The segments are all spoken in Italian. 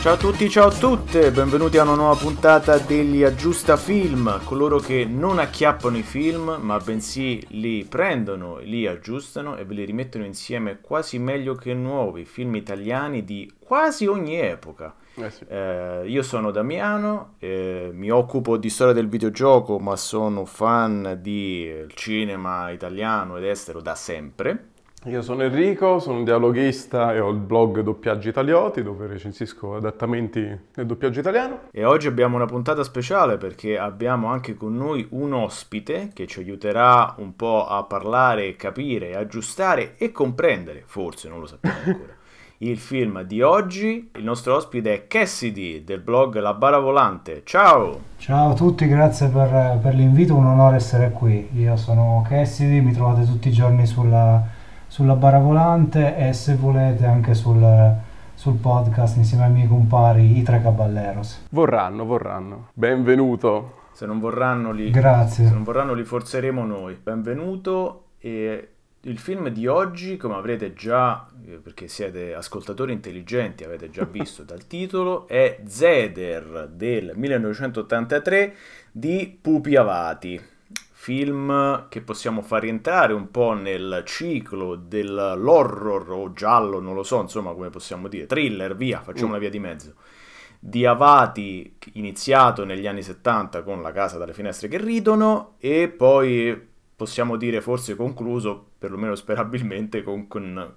Ciao a tutti, ciao a tutte, benvenuti a una nuova puntata degli Aggiusta Film, coloro che non acchiappano i film ma bensì li prendono, li aggiustano e ve li rimettono insieme quasi meglio che nuovi, film italiani di quasi ogni epoca. Sì. Io sono Damiano, mi occupo di storia del videogioco ma sono fan di cinema italiano ed estero da sempre. Io sono Enrico, sono un dialoghista e ho il blog Doppiaggi Italioti dove recensisco adattamenti nel doppiaggio italiano. E oggi abbiamo una puntata speciale perché abbiamo anche con noi un ospite che ci aiuterà un po' a parlare, capire, aggiustare e comprendere, forse non lo sappiamo ancora, il film di oggi. Il nostro ospite è Cassidy del blog La Bara Volante. Ciao! Ciao a tutti, grazie per l'invito, un onore essere qui. Io sono Cassidy, mi trovate tutti i giorni sulla Bara Volante e se volete anche sul podcast insieme ai miei compari, i Tre Caballeros. Vorranno. Benvenuto. Se non vorranno Grazie. Se non vorranno li forzeremo noi. Benvenuto. E il film di oggi, come avrete già, perché siete ascoltatori intelligenti, avete già visto dal titolo, è Zeder del 1983 di Pupi Avati. Film che possiamo far rientrare un po' nel ciclo dell'horror o giallo, non lo so, insomma come possiamo dire, thriller, via, facciamo una via di mezzo, di Avati, iniziato negli anni 70 con La casa dalle finestre che ridono e poi possiamo dire forse concluso, perlomeno sperabilmente, con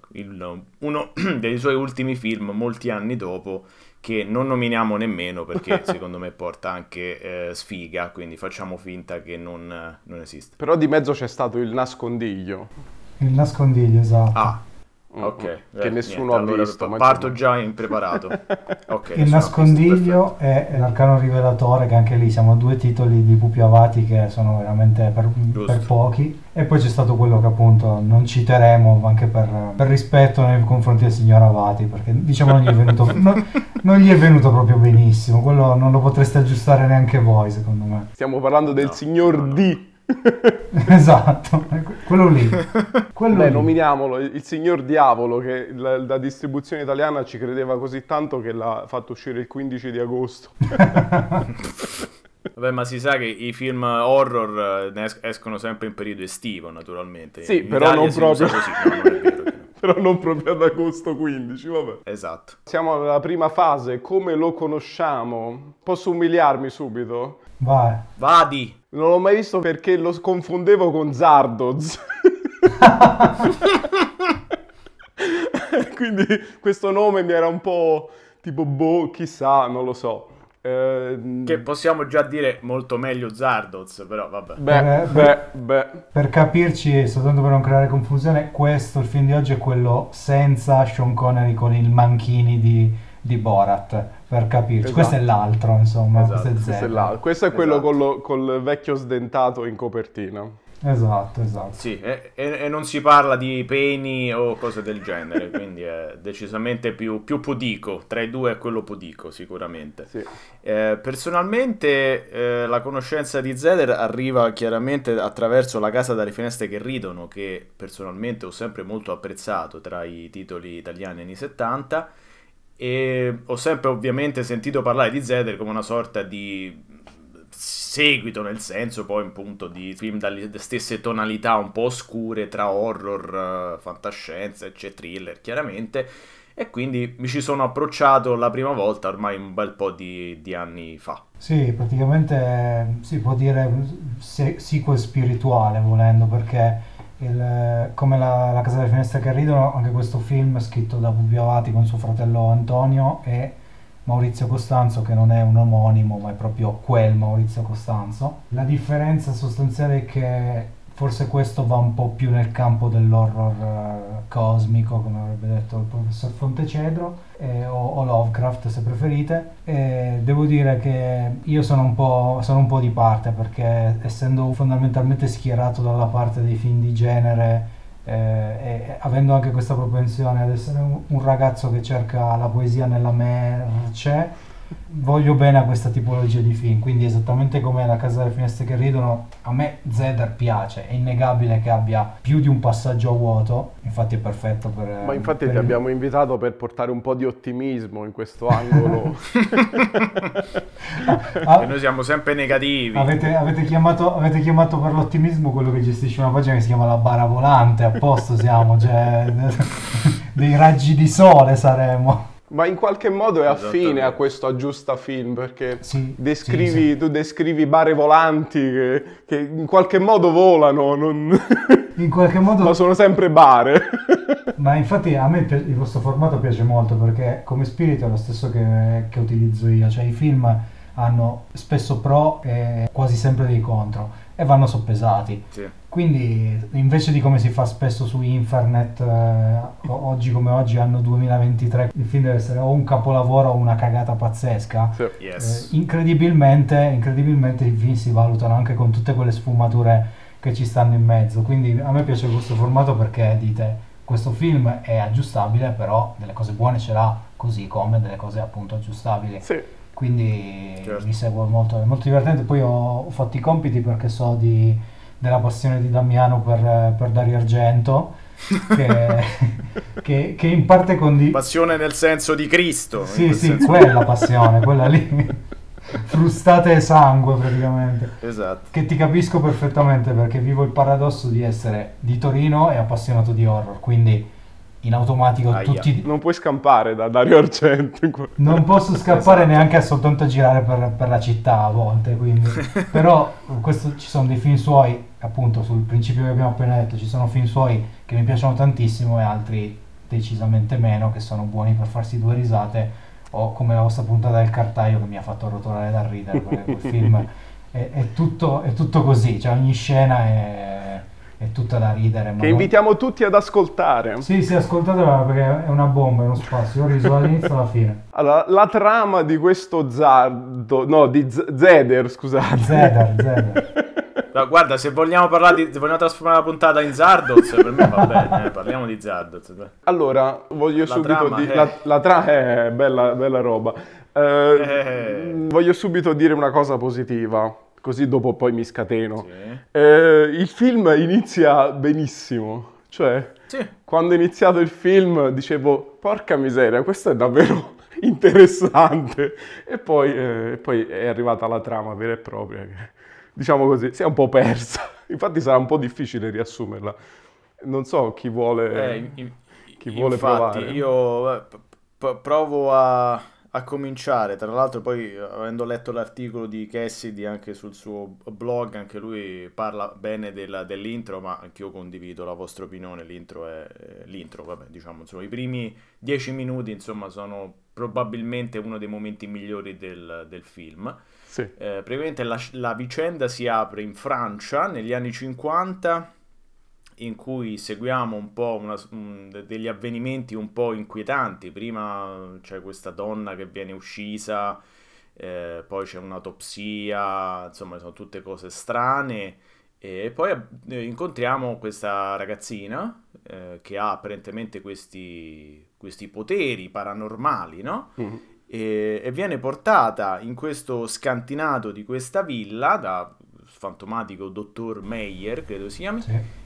uno dei suoi ultimi film molti anni dopo, che non nominiamo nemmeno perché secondo me porta anche sfiga, quindi facciamo finta che non esiste. Però di mezzo c'è stato Il Nascondiglio. Il Nascondiglio, esatto. Ah, ok. Che nessuno ha allora visto. Parto già impreparato. Okay, Il Nascondiglio e L'Arcano Rivelatore, che anche lì siamo due titoli di Pupi Avati che sono veramente per pochi. E poi c'è stato quello che appunto non citeremo anche per rispetto nei confronti del signor Avati, perché diciamo non gli è venuto proprio benissimo. Quello non lo potreste aggiustare neanche voi, secondo me. Stiamo parlando del signor D. Esatto, quello lì. Beh, nominiamolo, il signor Diavolo, che la distribuzione italiana ci credeva così tanto che l'ha fatto uscire il 15 di agosto. Vabbè, ma si sa che i film horror escono sempre in periodo estivo, naturalmente. Sì, in però Italia non proprio. Così, no, non è vero. Però non proprio ad agosto 15, vabbè. Esatto. Siamo alla prima fase, come lo conosciamo? Posso umiliarmi subito? Vai. Vadi! Non l'ho mai visto perché lo confondevo con Zardoz. Quindi questo nome mi era un po' tipo, chissà, non lo so. Che possiamo già dire molto meglio Zardoz, però vabbè. Beh. Per capirci, soltanto per non creare confusione, il film di oggi è quello senza Sean Connery con il Manchini di Borat, per capirci. Esatto. Questo è l'altro, insomma, Esatto. Questo è quello Esatto. col vecchio sdentato in copertina. Esatto. Sì, e non si parla di peni o cose del genere, quindi è decisamente più pudico. Tra i due è quello pudico, sicuramente. Sì. Personalmente la conoscenza di Zeder arriva chiaramente attraverso La casa dalle finestre che ridono, che personalmente ho sempre molto apprezzato tra i titoli italiani anni 70, e ho sempre ovviamente sentito parlare di Zeder come una sorta di seguito, nel senso poi appunto di film dalle stesse tonalità un po' oscure tra horror, fantascienza e thriller chiaramente, e quindi mi ci sono approcciato la prima volta ormai un bel po' di anni fa. Sì, praticamente si può dire sequel spirituale, volendo, perché come la casa delle finestre che ridono, anche questo film è scritto da Pupi Avati con suo fratello Antonio e Maurizio Costanzo, che non è un omonimo ma è proprio quel Maurizio Costanzo. La differenza sostanziale è che forse questo va un po' più nel campo dell'horror cosmico, come avrebbe detto il professor Fontecedro, o Lovecraft se preferite. E devo dire che io sono un po' di parte, perché essendo fondamentalmente schierato dalla parte dei film di genere, e avendo anche questa propensione ad essere un ragazzo che cerca la poesia nella merce, voglio bene a questa tipologia di film, quindi esattamente come La casa delle finestre che ridono, a me Zeder piace, è innegabile che abbia più di un passaggio a vuoto, infatti è perfetto Ma infatti per ti abbiamo invitato per portare un po' di ottimismo in questo angolo. E noi siamo sempre negativi. Avete chiamato per l'ottimismo quello che gestisce una pagina che si chiama La Bara Volante, a posto siamo, cioè, dei raggi di sole saremo. Ma in qualche modo è affine Esattamente. a questo aggiusta film, perché Sì, tu descrivi bare volanti che in qualche modo volano, in qualche modo. ma sono sempre bare. Ma infatti a me il vostro formato piace molto perché come spirito è lo stesso che utilizzo io, cioè i film hanno spesso pro e quasi sempre dei contro e vanno soppesati. Sì. Quindi invece di come si fa spesso su internet, oggi come oggi, anno 2023, il film deve essere o un capolavoro o una cagata pazzesca. Sì. Yes. Incredibilmente i film si valutano anche con tutte quelle sfumature che ci stanno in mezzo. Quindi a me piace questo formato perché dite questo film è aggiustabile, però delle cose buone ce l'ha, così come delle cose appunto aggiustabili. Sì. Quindi Certo. mi seguo molto, è molto divertente. Poi ho fatto i compiti perché so della passione di Damiano per Dario Argento, che, che in parte Passione nel senso di Cristo. in Sì, quel sì, senso. quella passione, quella lì. Frustate e sangue praticamente. Esatto. Che ti capisco perfettamente perché vivo il paradosso di essere di Torino e appassionato di horror, quindi in automatico Aia. Non puoi scampare da Dario Argento. non posso scappare Esatto. neanche a soltanto girare per la città a volte, quindi. Però ci sono dei film suoi, appunto sul principio che abbiamo appena detto, ci sono film suoi che mi piacciono tantissimo e altri decisamente meno, che sono buoni per farsi due risate, o come la vostra puntata del cartaio che mi ha fatto rotolare dal ridere, perché quel film è tutto così, cioè ogni scena è tutta da ridere. Ma Che invitiamo tutti ad ascoltare. Sì, ascoltatela perché è una bomba, è uno spazio. Io ho riso dall'inizio alla fine. Allora, la trama di questo Zardo, no, di Zeder, scusate. Zeder. Ma guarda, se vogliamo trasformare la puntata in Zardoz, per me va bene, parliamo di Zardoz. Allora, voglio La subito trama, dire... La trama è bella roba. Voglio subito dire una cosa positiva, così dopo poi mi scateno. Sì. Il film inizia benissimo. Cioè, Sì. quando è iniziato il film dicevo, porca miseria, questo è davvero interessante. E poi è arrivata la trama vera e propria, che, diciamo così, si è un po' persa. Infatti sarà un po' difficile riassumerla. Non so chi vuole Infatti, provare. io provo a cominciare. Tra l'altro, poi, avendo letto l'articolo di Cassidy anche sul suo blog, anche lui parla bene dell'intro, ma anch'io condivido la vostra opinione. L'intro, vabbè, diciamo, insomma, i primi 10 minuti, insomma, sono probabilmente uno dei momenti migliori del film. Sì. Praticamente la vicenda si apre in Francia negli anni 50, in cui seguiamo un po' degli avvenimenti un po' inquietanti. Prima c'è questa donna che viene uccisa, poi c'è un'autopsia, insomma sono tutte cose strane, e poi incontriamo questa ragazzina che ha apparentemente questi poteri paranormali, no? Mm. E viene portata in questo scantinato di questa villa da fantomatico dottor Meyer, credo si chiami. Sì.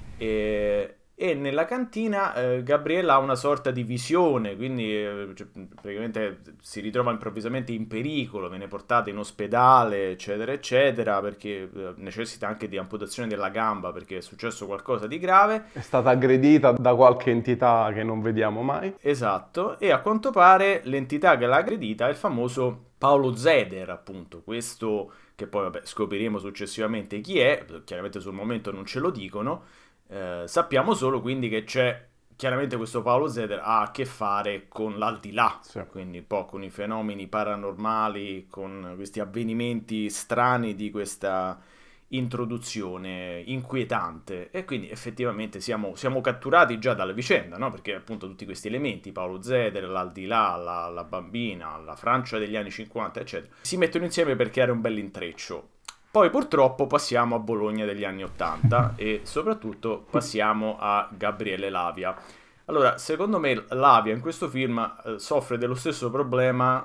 E nella cantina Gabriella ha una sorta di visione, quindi cioè, praticamente si ritrova improvvisamente in pericolo, viene portata in ospedale, eccetera, eccetera, perché necessita anche di amputazione della gamba perché è successo qualcosa di grave. È stata aggredita da qualche entità che non vediamo mai. Esatto, e a quanto pare l'entità che l'ha aggredita è il famoso Paolo Zeder, appunto, questo che poi vabbè, scopriremo successivamente chi è, chiaramente sul momento non ce lo dicono. Sappiamo solo quindi che c'è chiaramente questo Paolo Zeder ha a che fare con l'aldilà, Sì. quindi un po' con i fenomeni paranormali, con questi avvenimenti strani di questa introduzione inquietante, e quindi effettivamente siamo catturati già dalla vicenda, no? Perché appunto tutti questi elementi, Paolo Zeder, l'aldilà, la bambina, la Francia degli anni 50, eccetera, si mettono insieme per creare un bel intreccio. Poi purtroppo passiamo a Bologna degli anni 80 e soprattutto passiamo a Gabriele Lavia. Allora, secondo me Lavia in questo film soffre dello stesso problema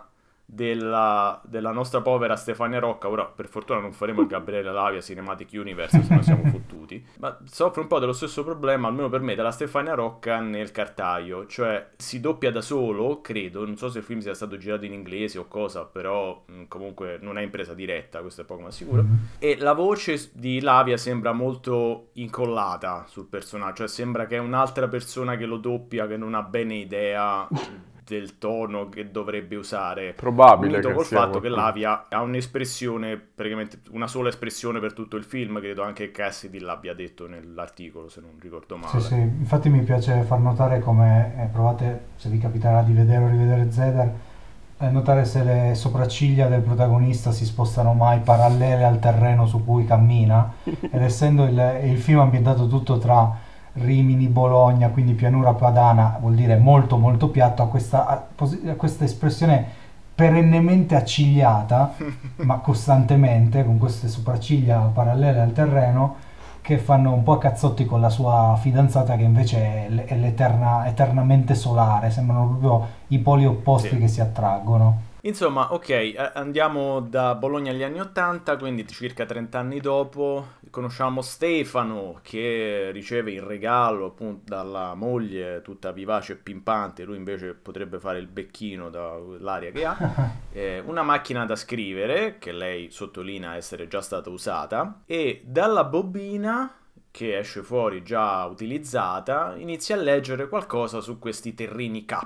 della nostra povera Stefania Rocca. Ora per fortuna non faremo il Gabriele Lavia Cinematic Universe, se no siamo fottuti, ma soffre un po' dello stesso problema, almeno per me, della Stefania Rocca nel cartaio, cioè si doppia da solo, credo, non so se il film sia stato girato in inglese o cosa, però comunque non è in presa diretta, questo è poco ma sicuro, e la voce di Lavia sembra molto incollata sul personaggio, cioè sembra che è un'altra persona che lo doppia, che non ha bene idea del tono che dovrebbe usare. Probabile unito che col sia fatto che qualcuno. Lavia ha un'espressione, praticamente una sola espressione per tutto il film, credo anche Cassidy l'abbia detto nell'articolo, se non ricordo male. Sì, sì, infatti mi piace far notare come, provate, se vi capiterà di vedere o rivedere Zeder, notare se le sopracciglia del protagonista si spostano mai parallele al terreno su cui cammina, ed essendo il film ambientato tutto tra Rimini, Bologna, quindi pianura padana, vuol dire molto molto piatto, a questa espressione perennemente accigliata, ma costantemente, con queste sopracciglia parallele al terreno, che fanno un po' a cazzotti con la sua fidanzata, che invece è eternamente solare, sembrano proprio i poli opposti Sì. che si attraggono. Insomma, ok, andiamo da Bologna agli anni 80, quindi circa 30 anni dopo. Conosciamo Stefano che riceve in regalo appunto dalla moglie, tutta vivace e pimpante, lui invece potrebbe fare il becchino dall'aria che ha, una macchina da scrivere che lei sottolinea essere già stata usata, e dalla bobina che esce fuori già utilizzata inizia a leggere qualcosa su questi terrini K.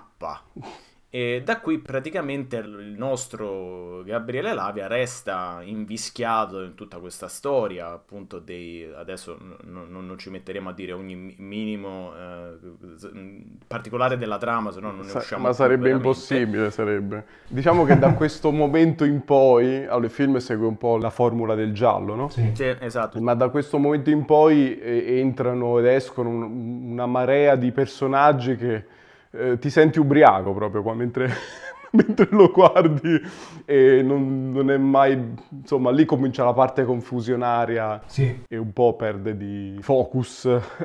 E da qui praticamente il nostro Gabriele Lavia resta invischiato in tutta questa storia, appunto adesso non ci metteremo a dire ogni minimo particolare della trama, se no non ne usciamo Ma più sarebbe veramente. impossibile, sarebbe. Diciamo che da questo momento in poi, allora il film segue un po' la formula del giallo, no? Sì. Sì, esatto. Ma da questo momento in poi entrano ed escono una marea di personaggi che ti senti ubriaco proprio qua mentre, mentre lo guardi, e non è mai... Insomma, lì comincia la parte confusionaria Sì, e un po' perde di focus.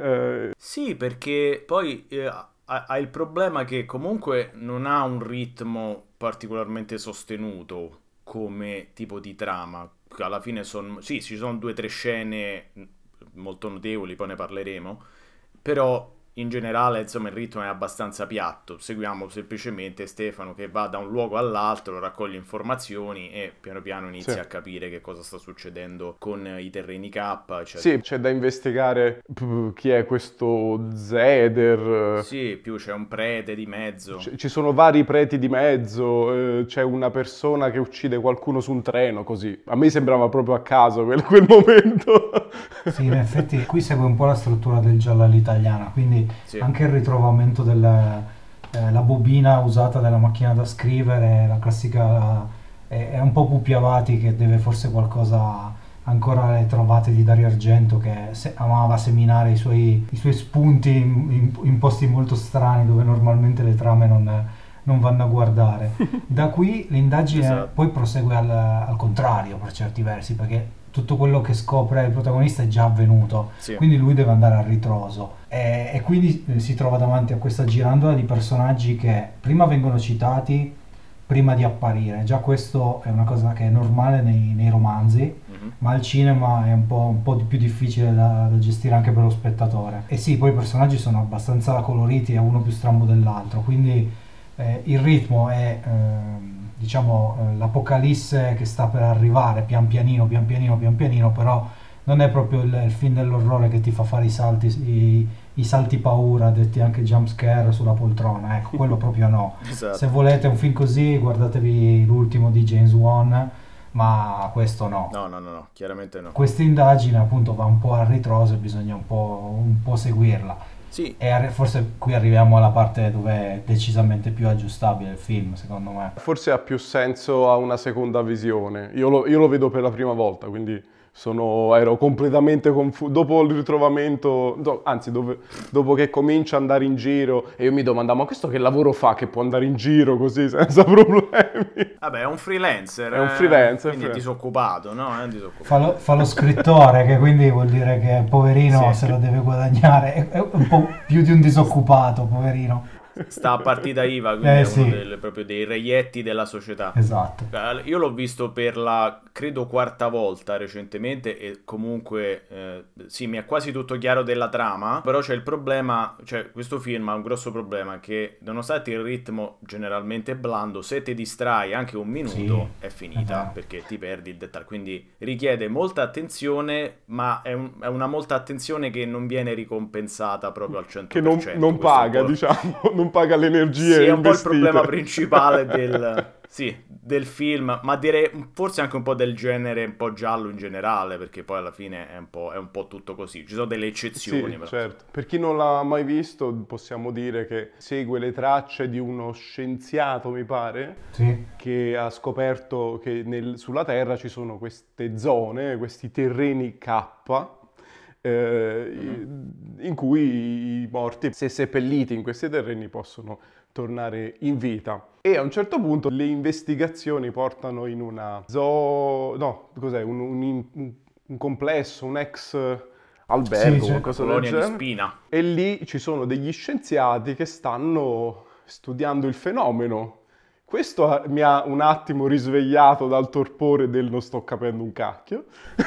Sì, perché poi ha il problema che comunque non ha un ritmo particolarmente sostenuto come tipo di trama. Alla fine sì, ci sono 2 o 3 scene molto notevoli, poi ne parleremo, però in generale insomma il ritmo è abbastanza piatto. Seguiamo semplicemente Stefano che va da un luogo all'altro, raccoglie informazioni e piano piano inizia Sì. a capire che cosa sta succedendo con i terreni K, eccetera. Sì, c'è da investigare chi è questo Zeder. Sì, più c'è un prete di mezzo. Ci sono vari preti di mezzo, c'è una persona che uccide qualcuno su un treno, così. A me sembrava proprio a caso quel momento. sì, in effetti qui segue un po' la struttura del giallo all'italiana, quindi Sì. anche il ritrovamento della la bobina usata dalla macchina da scrivere, la classica, è un po' Pupiavati che deve forse qualcosa, ancora le trovate di Dario Argento, che amava seminare i suoi spunti in posti molto strani dove normalmente le trame non vanno a guardare. Da qui l'indagine Esatto. poi prosegue al contrario per certi versi, perché tutto quello che scopre il protagonista è già avvenuto, Sì. quindi lui deve andare a ritroso, e quindi si trova davanti a questa girandola di personaggi che prima vengono citati prima di apparire. Già questo è una cosa che è normale nei romanzi, Mhm. ma al cinema è un po' più difficile da gestire anche per lo spettatore. E sì, poi i personaggi sono abbastanza coloriti e uno più strambo dell'altro, quindi il ritmo è diciamo l'apocalisse che sta per arrivare pian pianino, però non è proprio il film dell'orrore che ti fa fare i salti paura, detti anche jump scare sulla poltrona, ecco, quello proprio no. Esatto. Se volete un film così, guardatevi l'ultimo di James Wan, ma questo no. No, chiaramente no. Questa indagine appunto va un po' a ritroso e bisogna un po' seguirla. Sì, E forse qui arriviamo alla parte dove è decisamente più aggiustabile il film, secondo me. Forse ha più senso a una seconda visione. Io lo vedo per la prima volta, quindi ero completamente confuso. Dopo il ritrovamento, anzi, dopo che comincia ad andare in giro, e io mi domandavo, ma questo che lavoro fa che può andare in giro così senza problemi? vabbè, è un freelancer. È un freelancer, Quindi è disoccupato, no? È disoccupato. Fa lo scrittore, che quindi vuol dire che poverino Sì. se lo deve guadagnare, è un po' più di un disoccupato, poverino. sta a partita IVA, quindi è uno sì, proprio dei reietti della società. esatto. Io l'ho visto per la, credo, quarta volta recentemente e comunque sì, mi è quasi tutto chiaro della trama, però c'è il problema, cioè questo film ha un grosso problema che nonostante il ritmo generalmente blando, se ti distrai anche un Sì, minuto è è finita vero. perché ti perdi il dettaglio, quindi richiede molta attenzione, ma è una molta attenzione che non viene ricompensata proprio al Che non, 100%, non questo è un paga, po'. diciamo, non paga le Sì, energie è un po' il problema investite. principale sì, del film, ma direi forse anche un po' del genere un po' giallo in generale, perché poi alla fine è un po' tutto così. Ci sono delle eccezioni, Sì, però. certo. Per chi non l'ha mai visto, possiamo dire che segue le tracce di uno scienziato, mi pare, Sì, che ha scoperto che sulla Terra ci sono queste zone, questi terreni K, Mhm. in cui i morti, se seppelliti in questi terreni, possono tornare in vita. E a un certo punto le investigazioni portano in una zoo, no, cos'è? Un complesso, un ex sì, albergo, c'è. Una qualcosa del colonia di genere. spina. E lì ci sono degli scienziati che stanno studiando il fenomeno. Questo mi ha un attimo risvegliato dal torpore del non sto capendo un cacchio.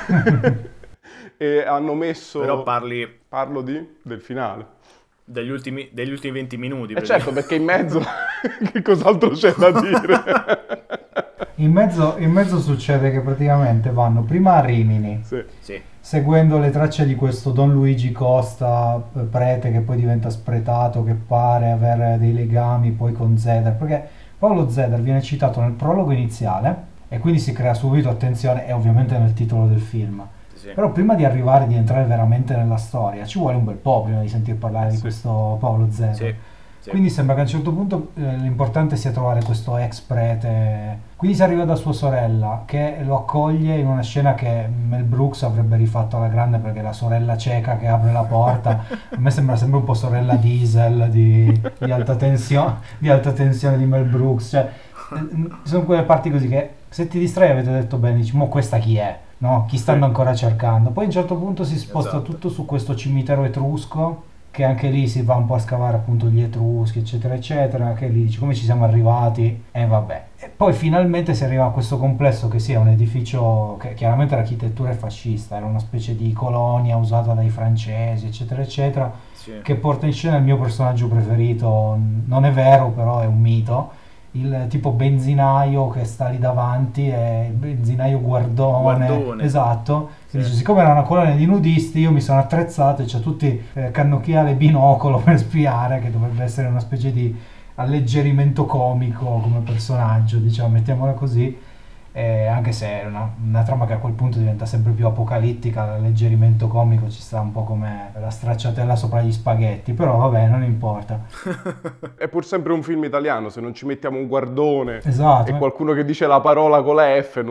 E hanno Però messo... parli Parlo del finale. degli ultimi 20 minuti, E certo, praticamente. perché in mezzo che cos'altro c'è da dire? In mezzo succede che praticamente vanno prima a Rimini, Sì, Sì, seguendo le tracce di questo Don Luigi Costa, prete che poi diventa spretato, che pare avere dei legami poi con Zeder, perché Paolo Zeder viene citato nel prologo iniziale e quindi si crea subito attenzione e ovviamente nel titolo del film. sì, Però prima di arrivare, di entrare veramente nella storia, ci vuole un bel po' prima di sentir parlare di sì. questo Paolo Zeder. sì, sì, Quindi sembra che a un certo punto l'importante sia trovare questo ex prete. Quindi si arriva da sua sorella che lo accoglie in una scena che Mel Brooks avrebbe rifatto alla grande perché la sorella cieca che apre la porta, a me sembra sempre un po' sorella Diesel di alta tensione di Mel Brooks. Cioè, sono quelle parti così che se ti distrai avete detto bene, dici, mo questa chi è? No? Chi Sì. stanno ancora cercando? Poi a un certo punto si sposta esatto. tutto su questo cimitero etrusco che anche lì si va un po' a scavare appunto gli Etruschi, eccetera, eccetera, che lì dici come ci siamo arrivati, e vabbè. E poi finalmente si arriva a questo complesso che sia un edificio che chiaramente l'architettura è fascista, era una specie di colonia usata dai francesi, eccetera, eccetera, Sì. che porta in scena il mio personaggio preferito, non è vero, però è un mito, il tipo benzinaio che sta lì davanti, è il benzinaio guardone, Guardone. esatto, che Sì. dice, siccome era una colonia di nudisti, io mi sono attrezzato e c'ha tutti cannocchiale e binocolo per spiare, che dovrebbe essere una specie di alleggerimento comico come personaggio, diciamo, mettiamola così. Anche se è una trama che a quel punto diventa sempre più apocalittica, l'alleggerimento comico ci sta un po' come la stracciatella sopra gli spaghetti, però vabbè, non importa. È pur sempre un film italiano, se non ci mettiamo un guardone Esatto, e qualcuno che dice la parola con la F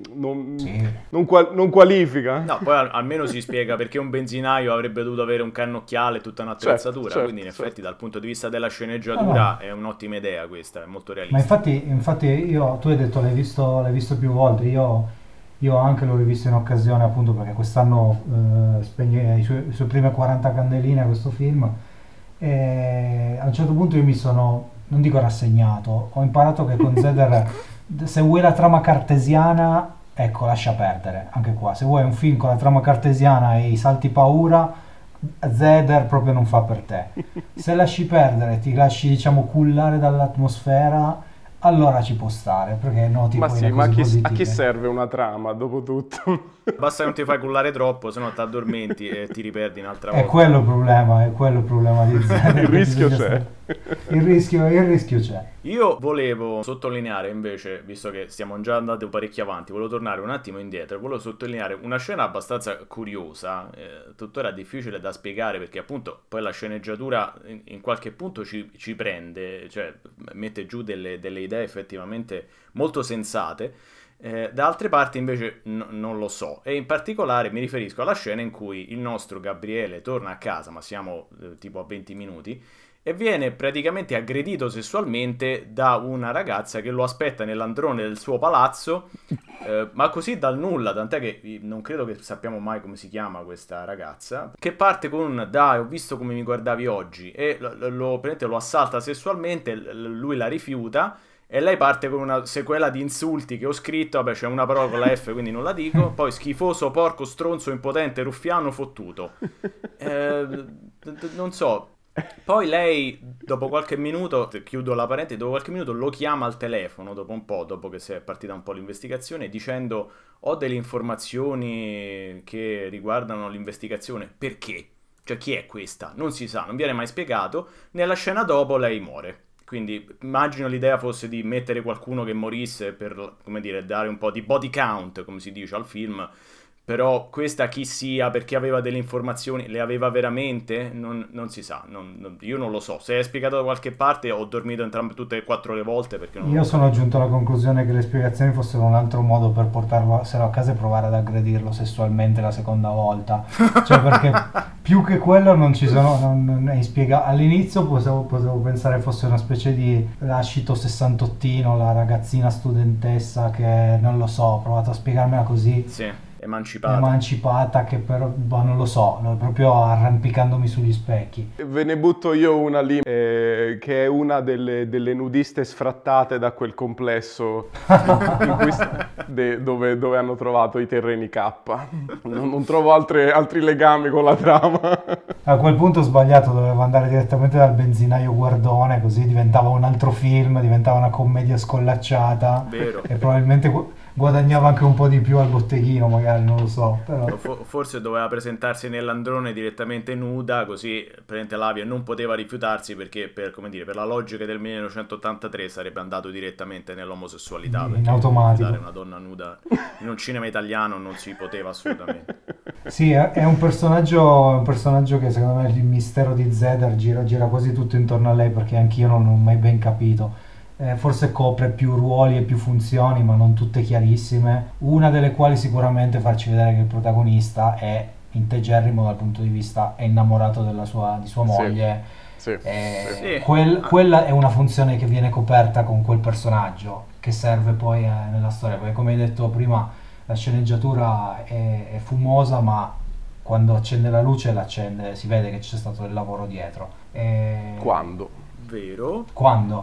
sì. non qualifica. No, poi almeno si spiega perché un benzinaio avrebbe dovuto avere un cannocchiale e tutta Certo, un'attrezzatura, quindi in certo, effetti certo. dal punto di vista della No, no. sceneggiatura è un'ottima idea questa, è molto Ma realistica. infatti tu hai detto l'hai visto più volte, io anche l'ho rivisto in occasione appunto perché quest'anno spegne i suoi prime 40 candeline a questo film e a un certo punto io mi sono, non dico rassegnato, ho imparato che con Zeder se vuoi la trama cartesiana, ecco, lascia perdere, anche qua, se vuoi un film con la trama cartesiana e i salti paura, Zeder proprio non fa per te. Se lasci perdere, ti lasci diciamo cullare dall'atmosfera, allora ci può stare, perché noti Ma poi sì, le ma cose a chi positive. serve una trama, dopo tutto? Basta che non ti fai cullare troppo, se no ti addormenti e ti riperdi un'altra È volta. quello il problema, è quello il problema di Il Zeder, che rischio bisogna c'è. stare. Il rischio c'è. Io volevo sottolineare invece, visto che stiamo già andati parecchio avanti, volevo tornare un attimo indietro, volevo sottolineare una scena abbastanza curiosa, tuttora difficile da spiegare perché appunto poi la sceneggiatura in qualche punto ci prende, cioè mette giù delle idee effettivamente molto sensate. Da altre parti invece non lo so e in particolare mi riferisco alla scena in cui il nostro Gabriele torna a casa, ma siamo tipo a 20 minuti, e viene praticamente aggredito sessualmente da una ragazza che lo aspetta nell'androne del suo palazzo, ma così dal nulla, tant'è che non credo che sappiamo mai come si chiama questa ragazza, che parte con un "dai, ho visto come mi guardavi oggi", e praticamente lo assalta sessualmente, lui la rifiuta, e lei parte con una sequela di insulti che ho scritto, vabbè c'è una parola con la F quindi non la dico, poi schifoso, porco, stronzo, impotente, ruffiano, fottuto. Non so. Poi lei, dopo qualche minuto, chiudo la parentesi, dopo qualche minuto lo chiama al telefono, dopo un po', dopo che si è partita un po' l'investigazione, dicendo: ho delle informazioni che riguardano l'investigazione. Perché? Cioè, chi è questa? Non si sa, non viene mai spiegato. Nella scena dopo lei muore. Quindi immagino l'idea fosse di mettere qualcuno che morisse per, come dire, dare un po' di body count, come si dice al film. Però questa chi sia, perché aveva delle informazioni, le aveva veramente? Non si sa, io non lo so. Se è spiegato da qualche parte, ho dormito entrambe tutte e quattro le volte perché non Io lo sono sapevo. giunto alla conclusione che le spiegazioni fossero un altro modo per portarlo a casa e provare ad aggredirlo sessualmente la seconda volta. Cioè, perché più che quello non ci sono, non è all'inizio potevo pensare fosse una specie di lascito sessantottino, la ragazzina studentessa che, non lo so, ho provato a spiegarmela così, Sì, emancipata. emancipata, che però, boh, non lo so, proprio arrampicandomi sugli specchi. Ve ne butto io una lì, che è una delle nudiste sfrattate da quel complesso dove hanno trovato i terreni K. Non trovo altri legami con la trama. A quel punto ho sbagliato, dovevo andare direttamente dal benzinaio Guardone, così diventava un altro film, diventava una commedia scollacciata Vero. e probabilmente guadagnava anche un po' di più al botteghino, magari, non lo so, però... Forse doveva presentarsi nell'androne direttamente nuda, così praticamente Lavia non poteva rifiutarsi perché, per, come dire, per la logica del 1983 sarebbe andato direttamente nell'omosessualità, In perché automatico. dare una donna nuda in un cinema italiano non si poteva assolutamente. Sì, è un personaggio che secondo me il mistero di Zedar gira quasi tutto intorno a lei, perché anch'io non ho mai ben capito. Forse copre più ruoli e più funzioni, ma non tutte chiarissime. Una delle quali sicuramente farci vedere che il protagonista è integerrimo dal punto di vista, è innamorato di sua Sì, moglie. sì. Sì. Quella è una funzione che viene coperta con quel personaggio, che serve poi nella storia, perché come hai detto prima la sceneggiatura è fumosa, ma quando accende la luce l'accende, si vede che c'è stato del lavoro dietro. Quando? Vero. Quando?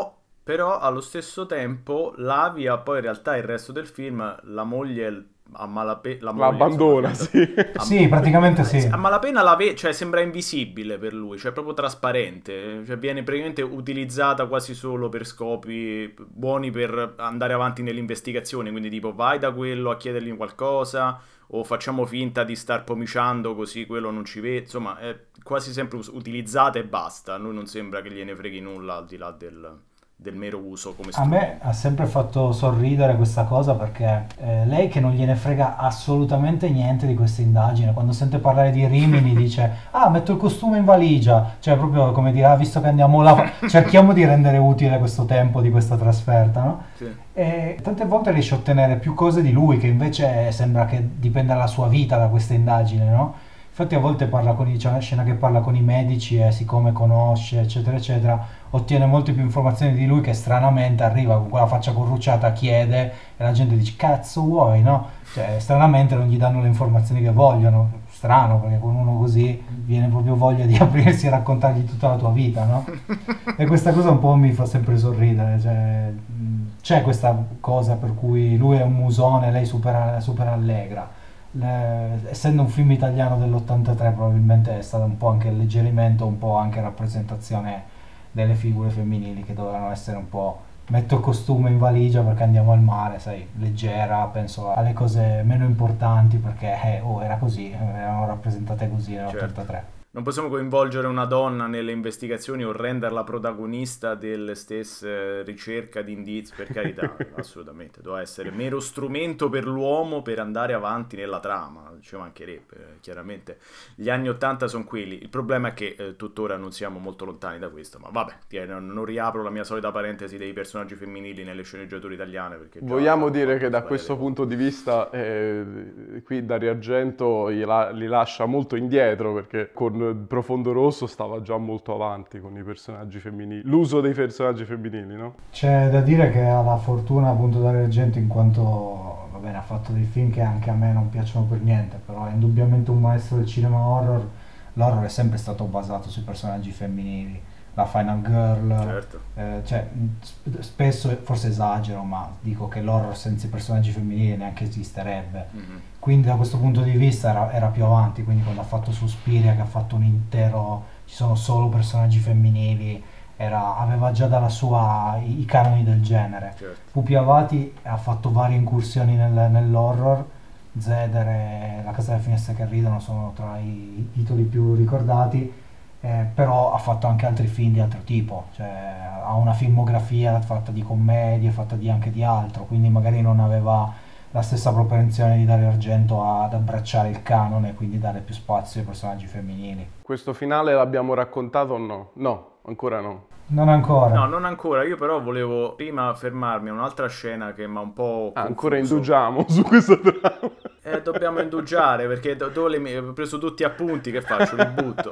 Però allo stesso tempo Lavia, poi in realtà il resto del film, la moglie a malapena... La La moglie, abbandona, insomma, sì. Sì, praticamente sì. a malapena la cioè sembra invisibile per lui, cioè proprio trasparente, cioè viene praticamente utilizzata quasi solo per scopi buoni per andare avanti nell'investigazione, quindi tipo vai da quello a chiedergli qualcosa o facciamo finta di star pomiciando così quello non ci vede, insomma è quasi sempre utilizzata e basta, a lui non sembra che gliene freghi nulla al di là del mero uso come A me strumento. ha sempre fatto sorridere questa cosa, perché lei, che non gliene frega assolutamente niente di questa indagine, quando sente parlare di Rimini dice: ah, metto il costume in valigia, cioè proprio come dire, ah, visto che andiamo là, cerchiamo di rendere utile questo tempo di questa trasferta, no? Sì. E tante volte riesce a ottenere più cose di lui, che invece sembra che dipenda la sua vita da questa indagine, no? Infatti a volte c'è una scena che parla con i medici e siccome conosce, eccetera, eccetera, ottiene molte più informazioni di lui, che stranamente arriva con quella faccia corrucciata, chiede e la gente dice cazzo vuoi, no? Cioè stranamente non gli danno le informazioni che vogliono. Strano, perché con uno così viene proprio voglia di aprirsi e raccontargli tutta la tua vita, no? E questa cosa un po' mi fa sempre sorridere, cioè, c'è questa cosa per cui lui è un musone, lei super allegra. Essendo un film italiano dell'83 probabilmente è stato un po' anche alleggerimento, un po' anche rappresentazione delle figure femminili, che dovevano essere un po' metto il costume in valigia perché andiamo al mare, sai, leggera, penso alle cose meno importanti, perché era così, erano rappresentate così Certo. nell'83. Non possiamo coinvolgere una donna nelle investigazioni o renderla protagonista delle stesse ricerche di indizi, per carità, assolutamente. Doveva essere mero strumento per l'uomo per andare avanti nella trama, ci mancherebbe, chiaramente. Gli anni 80 sono quelli. Il problema è che tuttora non siamo molto lontani da questo, ma vabbè, non riapro la mia solita parentesi dei personaggi femminili nelle sceneggiature italiane, perché già Vogliamo abbiamo dire fatto che da svariate questo volte. punto di vista qui Dario Argento li lascia molto indietro, perché con il Profondo Rosso stava già molto avanti con i personaggi femminili, l'uso dei personaggi femminili, no? C'è da dire che ha la fortuna appunto Dario Argento in quanto, va bene, ha fatto dei film che anche a me non piacciono per niente, però è indubbiamente un maestro del cinema horror. L'horror è sempre stato basato sui personaggi femminili, la Final Girl, Certo. cioè spesso, forse esagero, ma dico che l'horror senza i personaggi femminili neanche esisterebbe. Mhm. Quindi da questo punto di vista era più avanti, quindi quando ha fatto Suspiria, che ha fatto un intero, ci sono solo personaggi femminili, aveva già dalla sua i canoni del genere. Certo. Pupi Avati ha fatto varie incursioni nell'horror, Zeder e La casa delle finestre che ridono sono tra i titoli più ricordati, però ha fatto anche altri film di altro tipo, cioè ha una filmografia fatta di commedie, fatta anche di altro, quindi magari non aveva la stessa propensione di Dario Argento ad abbracciare il canone e quindi dare più spazio ai personaggi femminili. Questo finale l'abbiamo raccontato o no? No, ancora no. Non ancora. No, non ancora, io però volevo prima fermarmi a un'altra scena che mi ha un po' Ancora confuso. indugiamo su questa trama. Dobbiamo indugiare perché ho preso tutti appunti, che faccio? Li butto.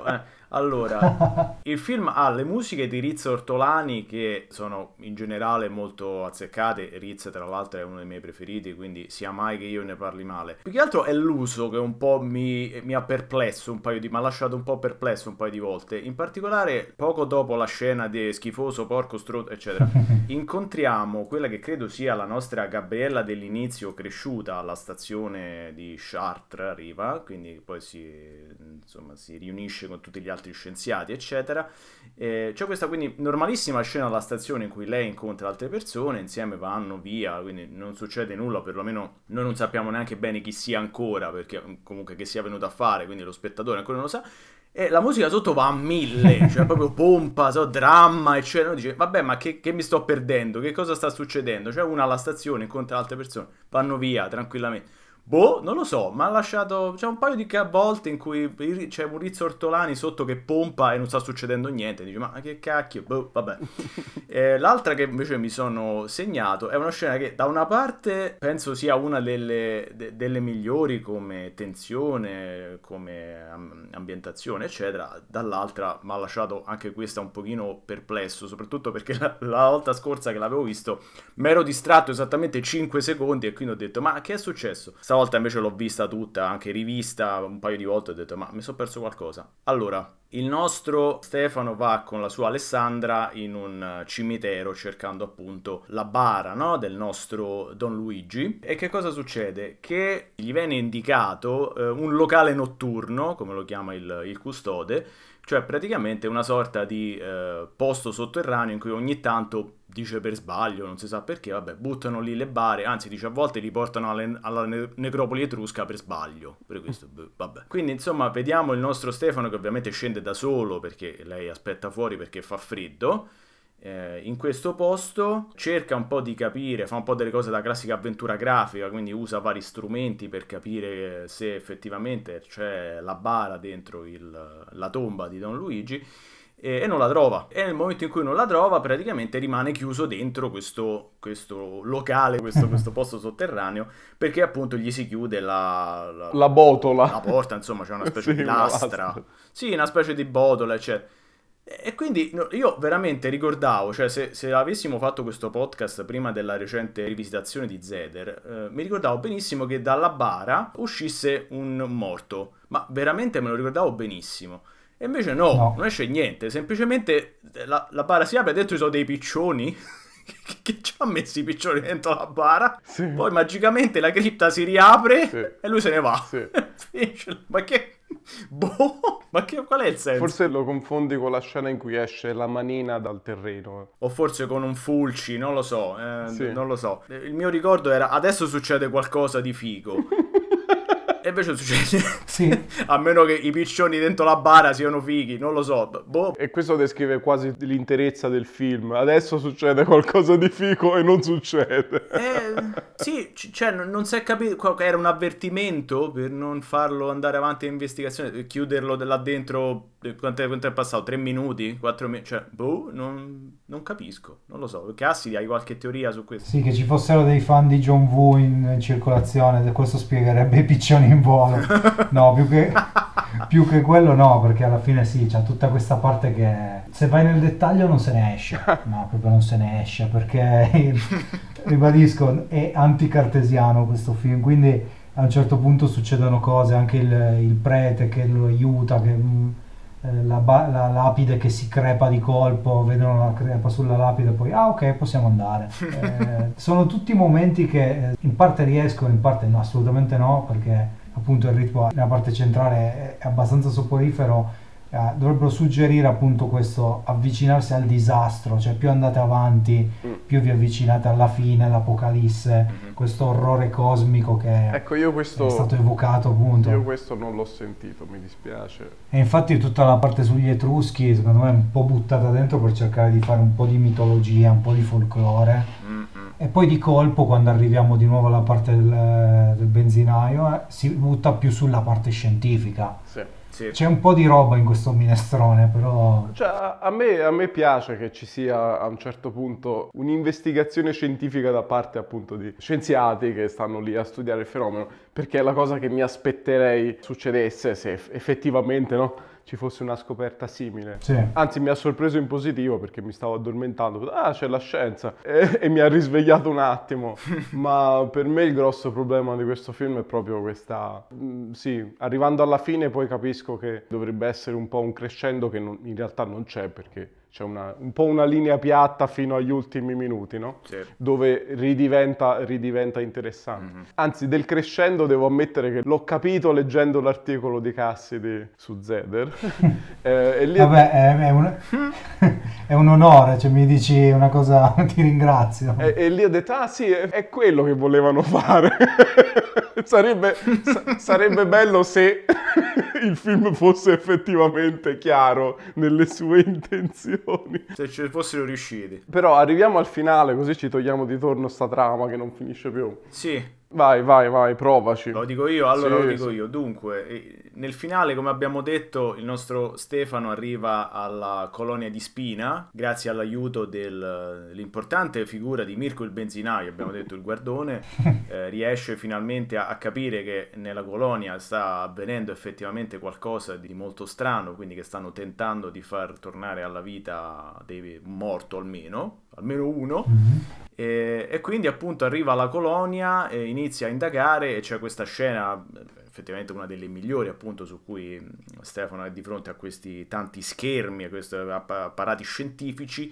Allora, il film ha le musiche di Riz Ortolani che sono in generale molto azzeccate. Riz tra l'altro è uno dei miei preferiti, quindi sia mai che io ne parli male. Più che altro è l'uso che un po' mi ha perplesso mi ha lasciato un po' perplesso un paio di volte. In particolare poco dopo la scena di schifoso, porco, stronzo, eccetera, incontriamo quella che credo sia la nostra Gabriella dell'inizio cresciuta alla stazione di Chartres, arriva, quindi poi si riunisce con tutti gli altri scienziati, eccetera. C'è questa quindi normalissima scena alla stazione in cui lei incontra altre persone, insieme vanno via, quindi non succede nulla, perlomeno noi non sappiamo neanche bene chi sia ancora, perché comunque che sia venuto a fare, quindi lo spettatore ancora non lo sa. E la musica sotto va a 1000, cioè proprio pompa, dramma, eccetera. Uno dice, vabbè, ma che mi sto perdendo? Che cosa sta succedendo? C'è una alla stazione, incontra altre persone, vanno via tranquillamente. Boh, non lo so, mi ha lasciato... C'è un paio di volte in cui c'è un Riz Ortolani sotto che pompa e non sta succedendo niente. Dici, ma che cacchio? Boh, vabbè. L'altra che invece mi sono segnato è una scena che da una parte penso sia una delle migliori come tensione, come ambientazione, eccetera. Dall'altra mi ha lasciato anche questa un pochino perplesso, soprattutto perché la volta scorsa che l'avevo visto mi ero distratto esattamente 5 secondi e quindi ho detto, ma che è successo? Stavolta invece l'ho vista tutta, anche rivista un paio di volte, ho detto ma mi sono perso qualcosa. Allora, il nostro Stefano va con la sua Alessandra in un cimitero cercando appunto la bara, no, del nostro Don Luigi. E che cosa succede? Che gli viene indicato un locale notturno, come lo chiama il custode, cioè praticamente una sorta di posto sotterraneo in cui ogni tanto, dice per sbaglio, non si sa perché, vabbè, buttano lì le bare, anzi dice a volte li portano alla necropoli etrusca per sbaglio, per questo, vabbè. Quindi insomma vediamo il nostro Stefano che ovviamente scende da solo perché lei aspetta fuori perché fa freddo. In questo posto cerca un po' di capire, fa un po' delle cose da classica avventura grafica, quindi usa vari strumenti per capire se effettivamente c'è la bara dentro la tomba di Don Luigi e non la trova. E nel momento in cui non la trova praticamente rimane chiuso dentro questo locale, questo posto sotterraneo, perché appunto gli si chiude la botola, la porta, insomma c'è una specie sì, di lastra, sì, una specie di botola, eccetera. E quindi io veramente ricordavo, cioè se avessimo fatto questo podcast prima della recente rivisitazione di Zeder, mi ricordavo benissimo che dalla bara uscisse un morto, ma veramente me lo ricordavo benissimo. E invece no, non esce niente, semplicemente la bara si apre e dentro ci sono dei piccioni, che ci ha messo i piccioni dentro la bara, sì. Poi magicamente la cripta si riapre, sì, e lui se ne va. Sì. Ma che... Boh, qual è il senso? Forse lo confondi con la scena in cui esce la manina dal terreno. O forse con un Fulci, non lo so, sì. Non lo so. Il mio ricordo era, adesso succede qualcosa di figo. E invece succede sì. A meno che i piccioni dentro la bara siano fighi, non lo so. Boh. E questo descrive quasi l'interezza del film. Adesso succede qualcosa di figo e non succede. Sì, cioè non si è capito, era un avvertimento per non farlo andare avanti l'investigazione, chiuderlo là dentro. Quanto è passato? 3 minuti? 4 minuti? Cioè, boh, non capisco, non lo so. Cassidy, hai qualche teoria su questo? Sì, che ci fossero dei fan di John Woo in circolazione, questo spiegherebbe i piccioni in volo. No, più che Più che quello no, perché alla fine sì, c'è tutta questa parte che se vai nel dettaglio non se ne esce, no, proprio non se ne esce, perché ribadisco, è anticartesiano questo film, quindi a un certo punto succedono cose, anche il prete che lo aiuta, che, la lapide che si crepa di colpo, vedono la crepa sulla lapide e poi ah ok possiamo andare. Sono tutti momenti che in parte riescono, in parte no, assolutamente no, perché appunto il ritmo nella parte centrale è abbastanza soporifero. Dovrebbero suggerire appunto questo avvicinarsi al disastro, cioè più andate avanti più vi avvicinate alla fine, all'apocalisse, questo orrore cosmico che Ecco, io questo, è stato evocato appunto. io questo non l'ho sentito, mi dispiace. E infatti tutta la parte sugli Etruschi secondo me è un po' buttata dentro per cercare di fare un po' di mitologia, un po' di folklore. E poi di colpo, quando arriviamo di nuovo alla parte del benzinaio, si butta più sulla parte scientifica. Sì. Sì. C'è un po' di roba in questo minestrone, però... Cioè, a me piace che ci sia a un certo punto un'investigazione scientifica da parte appunto di scienziati che stanno lì a studiare il fenomeno, perché è la cosa che mi aspetterei succedesse se effettivamente, no, ci fosse una scoperta simile. Sì. Anzi, mi ha sorpreso in positivo perché mi stavo addormentando. Ah, c'è la scienza! E mi ha risvegliato un attimo. Ma per me il grosso problema di questo film è proprio questa... sì, arrivando alla fine poi capisco che dovrebbe essere un po' un crescendo che in realtà non c'è, perché c'è un po' una linea piatta fino agli ultimi minuti, no? Sì. Dove ridiventa interessante. Anzi, del crescendo devo ammettere che l'ho capito leggendo l'articolo di Cassidy su Zeder. E lì Vabbè, è un onore, cioè mi dici una cosa, ti ringrazio. e lì ho detto, ah sì, è quello che volevano fare. Sarebbe bello se il film fosse effettivamente chiaro nelle sue intenzioni. Se ci fossero riusciti. Però arriviamo al finale, così ci togliamo di torno sta trama che non finisce più. Sì, Vai, provaci. lo dico io, allora Sì, lo dico sì. io. Dunque, nel finale, come abbiamo detto, il nostro Stefano arriva alla colonia di Spina, grazie all'aiuto dell'importante figura di Mirko il benzinaio, abbiamo detto il guardone, riesce finalmente a capire che nella colonia sta avvenendo effettivamente qualcosa di molto strano, quindi che stanno tentando di far tornare alla vita un morto almeno uno. E quindi appunto arriva alla colonia e inizia a indagare e c'è questa scena, effettivamente una delle migliori appunto, su cui Stefano è di fronte a questi tanti schermi, a questi apparati scientifici,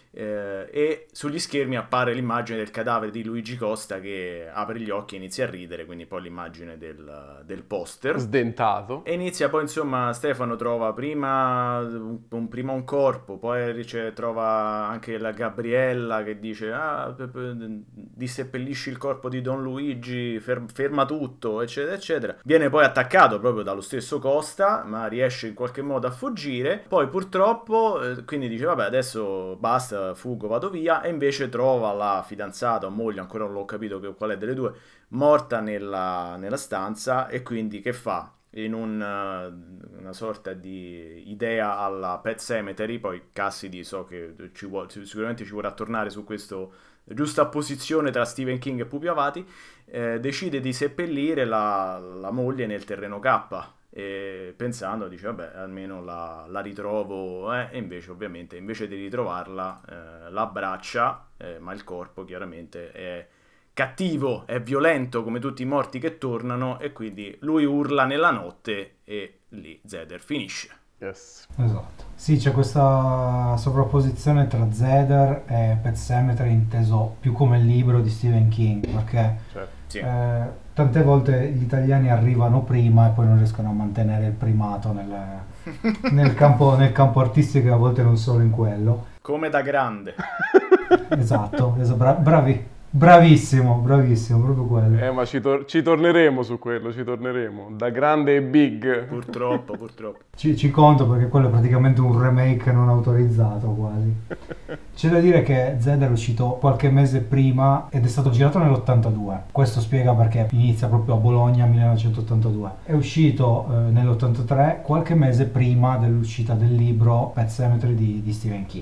e sugli schermi appare l'immagine del cadavere di Luigi Costa che apre gli occhi e inizia a ridere, quindi poi l'immagine del poster. Sdentato. E inizia poi, insomma, Stefano trova prima un corpo, poi trova anche la Gabriella che dice disseppellisci il corpo di Don Luigi, ferma tutto, eccetera, eccetera. Viene poi attaccato proprio dallo stesso Costa, ma riesce in qualche modo a fuggire. Poi purtroppo, quindi dice, vabbè, adesso basta, fugo, vado via, e invece trova la fidanzata o moglie, ancora non l'ho capito qual è delle due, morta nella stanza, e quindi che fa? In una sorta di idea alla Pet Sematary, poi Cassidy so che sicuramente ci vorrà tornare su questo giusta posizione tra Stephen King e Pupi Avati, decide di seppellire la moglie nel terreno K, e pensando, dice vabbè, almeno la ritrovo, e invece ovviamente invece di ritrovarla la abbraccia, ma il corpo chiaramente è cattivo, è violento come tutti i morti che tornano, e quindi lui urla nella notte e lì Zeder finisce. Yes. Esatto. Sì, c'è questa sovrapposizione tra Zeder e Pet Sematary, inteso più come libro di Stephen King, perché Certo. Sì. tante volte gli italiani arrivano prima e poi non riescono a mantenere il primato nel campo artistico, e a volte non solo in quello. Come da grande. Esatto, bravissimo, proprio quello. Ma ci torneremo su quello, ci torneremo. Da grande e big. Purtroppo. Ci conto, perché quello è praticamente un remake non autorizzato quasi. C'è da dire che Zed è uscito qualche mese prima ed è stato girato nell'82. Questo spiega perché inizia proprio a Bologna 1982. È uscito nell'83, qualche mese prima dell'uscita del libro Pet Sematary di Stephen King.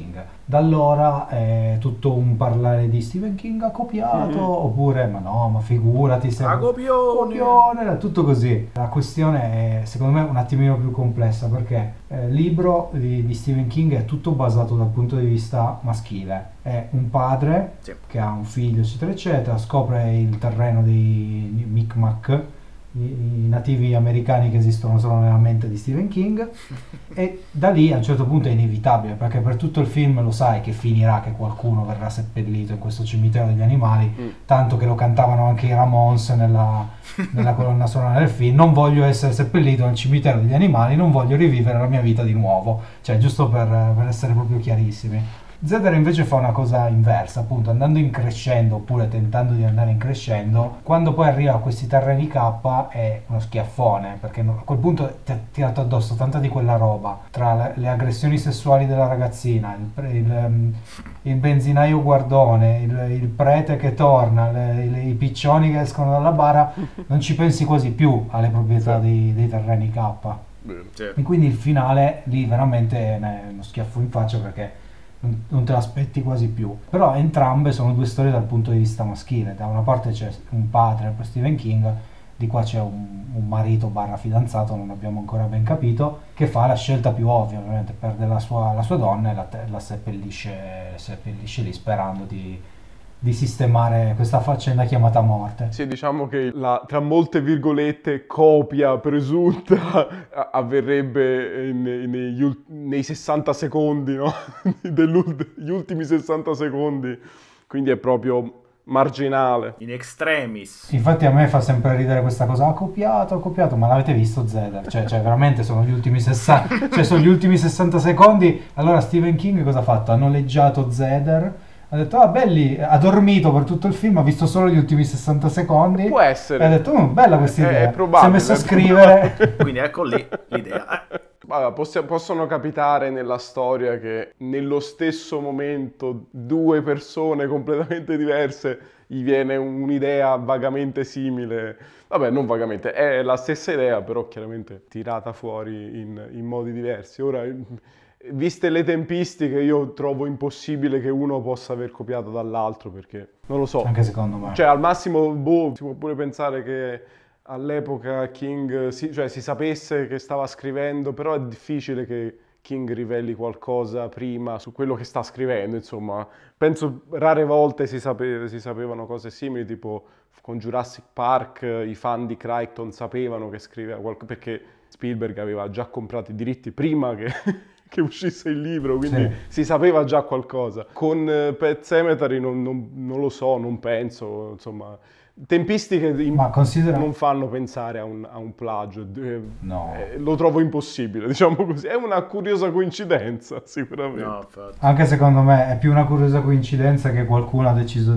Da allora è tutto un parlare di Stephen King ha copiato, oppure ma no, ma figurati, Ah, copione! copione, tutto così. La questione è secondo me un attimino più complessa perché il libro di Stephen King è tutto basato dal punto di vista maschile. È un padre Sì. che ha un figlio, eccetera, eccetera, scopre il terreno dei Micmac, i nativi americani che esistono solo nella mente di Stephen King, e da lì a un certo punto è inevitabile perché per tutto il film lo sai che finirà che qualcuno verrà seppellito in questo cimitero degli animali, tanto che lo cantavano anche i Ramones nella colonna sonora del film: non voglio essere seppellito nel cimitero degli animali, non voglio rivivere la mia vita di nuovo, cioè giusto per essere proprio chiarissimi. Zeder invece fa una cosa inversa, appunto andando in crescendo oppure tentando di andare in crescendo, quando poi arriva a questi terreni K è uno schiaffone, perché a quel punto ti ha tirato addosso tanta di quella roba, tra le aggressioni sessuali della ragazzina, il benzinaio guardone, il prete che torna, i piccioni che escono dalla bara, non ci pensi quasi più alle proprietà dei terreni K. Sì. E quindi il finale lì veramente è uno schiaffo in faccia perché non te l'aspetti quasi più. Però entrambe sono due storie dal punto di vista maschile. Da una parte c'è un padre per Stephen King, di qua c'è un marito barra fidanzato, non abbiamo ancora ben capito, che fa la scelta più ovvia, ovviamente perde la sua donna e la seppellisce lì sperando di sistemare questa faccenda chiamata morte. Sì, diciamo che la, tra molte virgolette, copia presunta avverrebbe nei 60 secondi, no? Gli ultimi 60 secondi, quindi è proprio marginale. In extremis. Infatti a me fa sempre ridere questa cosa: ha copiato, ma l'avete visto Zeder? Cioè veramente sono gli ultimi 60, cioè sono gli ultimi 60 secondi. Allora Stephen King cosa ha fatto? Ha noleggiato Zeder, ha detto ah belli, ha dormito per tutto il film, ha visto solo gli ultimi 60 secondi. Può essere. E ha detto bella questa idea. È probabile. Si è messo a scrivere. Quindi ecco lì l'idea. Allora, possono capitare nella storia che nello stesso momento due persone completamente diverse gli viene un'idea vagamente simile. Vabbè, non vagamente, è la stessa idea, però chiaramente tirata fuori in modi diversi. Ora, viste le tempistiche, io trovo impossibile che uno possa aver copiato dall'altro, perché non lo so. Anche secondo me. Cioè, al massimo, si può pure pensare che all'epoca King si sapesse che stava scrivendo, però è difficile che King riveli qualcosa prima su quello che sta scrivendo, insomma. Penso rare volte si sapevano cose simili, tipo con Jurassic Park i fan di Crichton sapevano che scriveva qualcosa, perché Spielberg aveva già comprato i diritti prima che uscisse il libro, quindi si sapeva già qualcosa. Con Pet Sematary non lo so, non penso, insomma. Tempistiche non fanno pensare a un plagio, No. Lo trovo impossibile, diciamo così. È una curiosa coincidenza, sicuramente. No, infatti. Anche secondo me è più una curiosa coincidenza che qualcuno ha deciso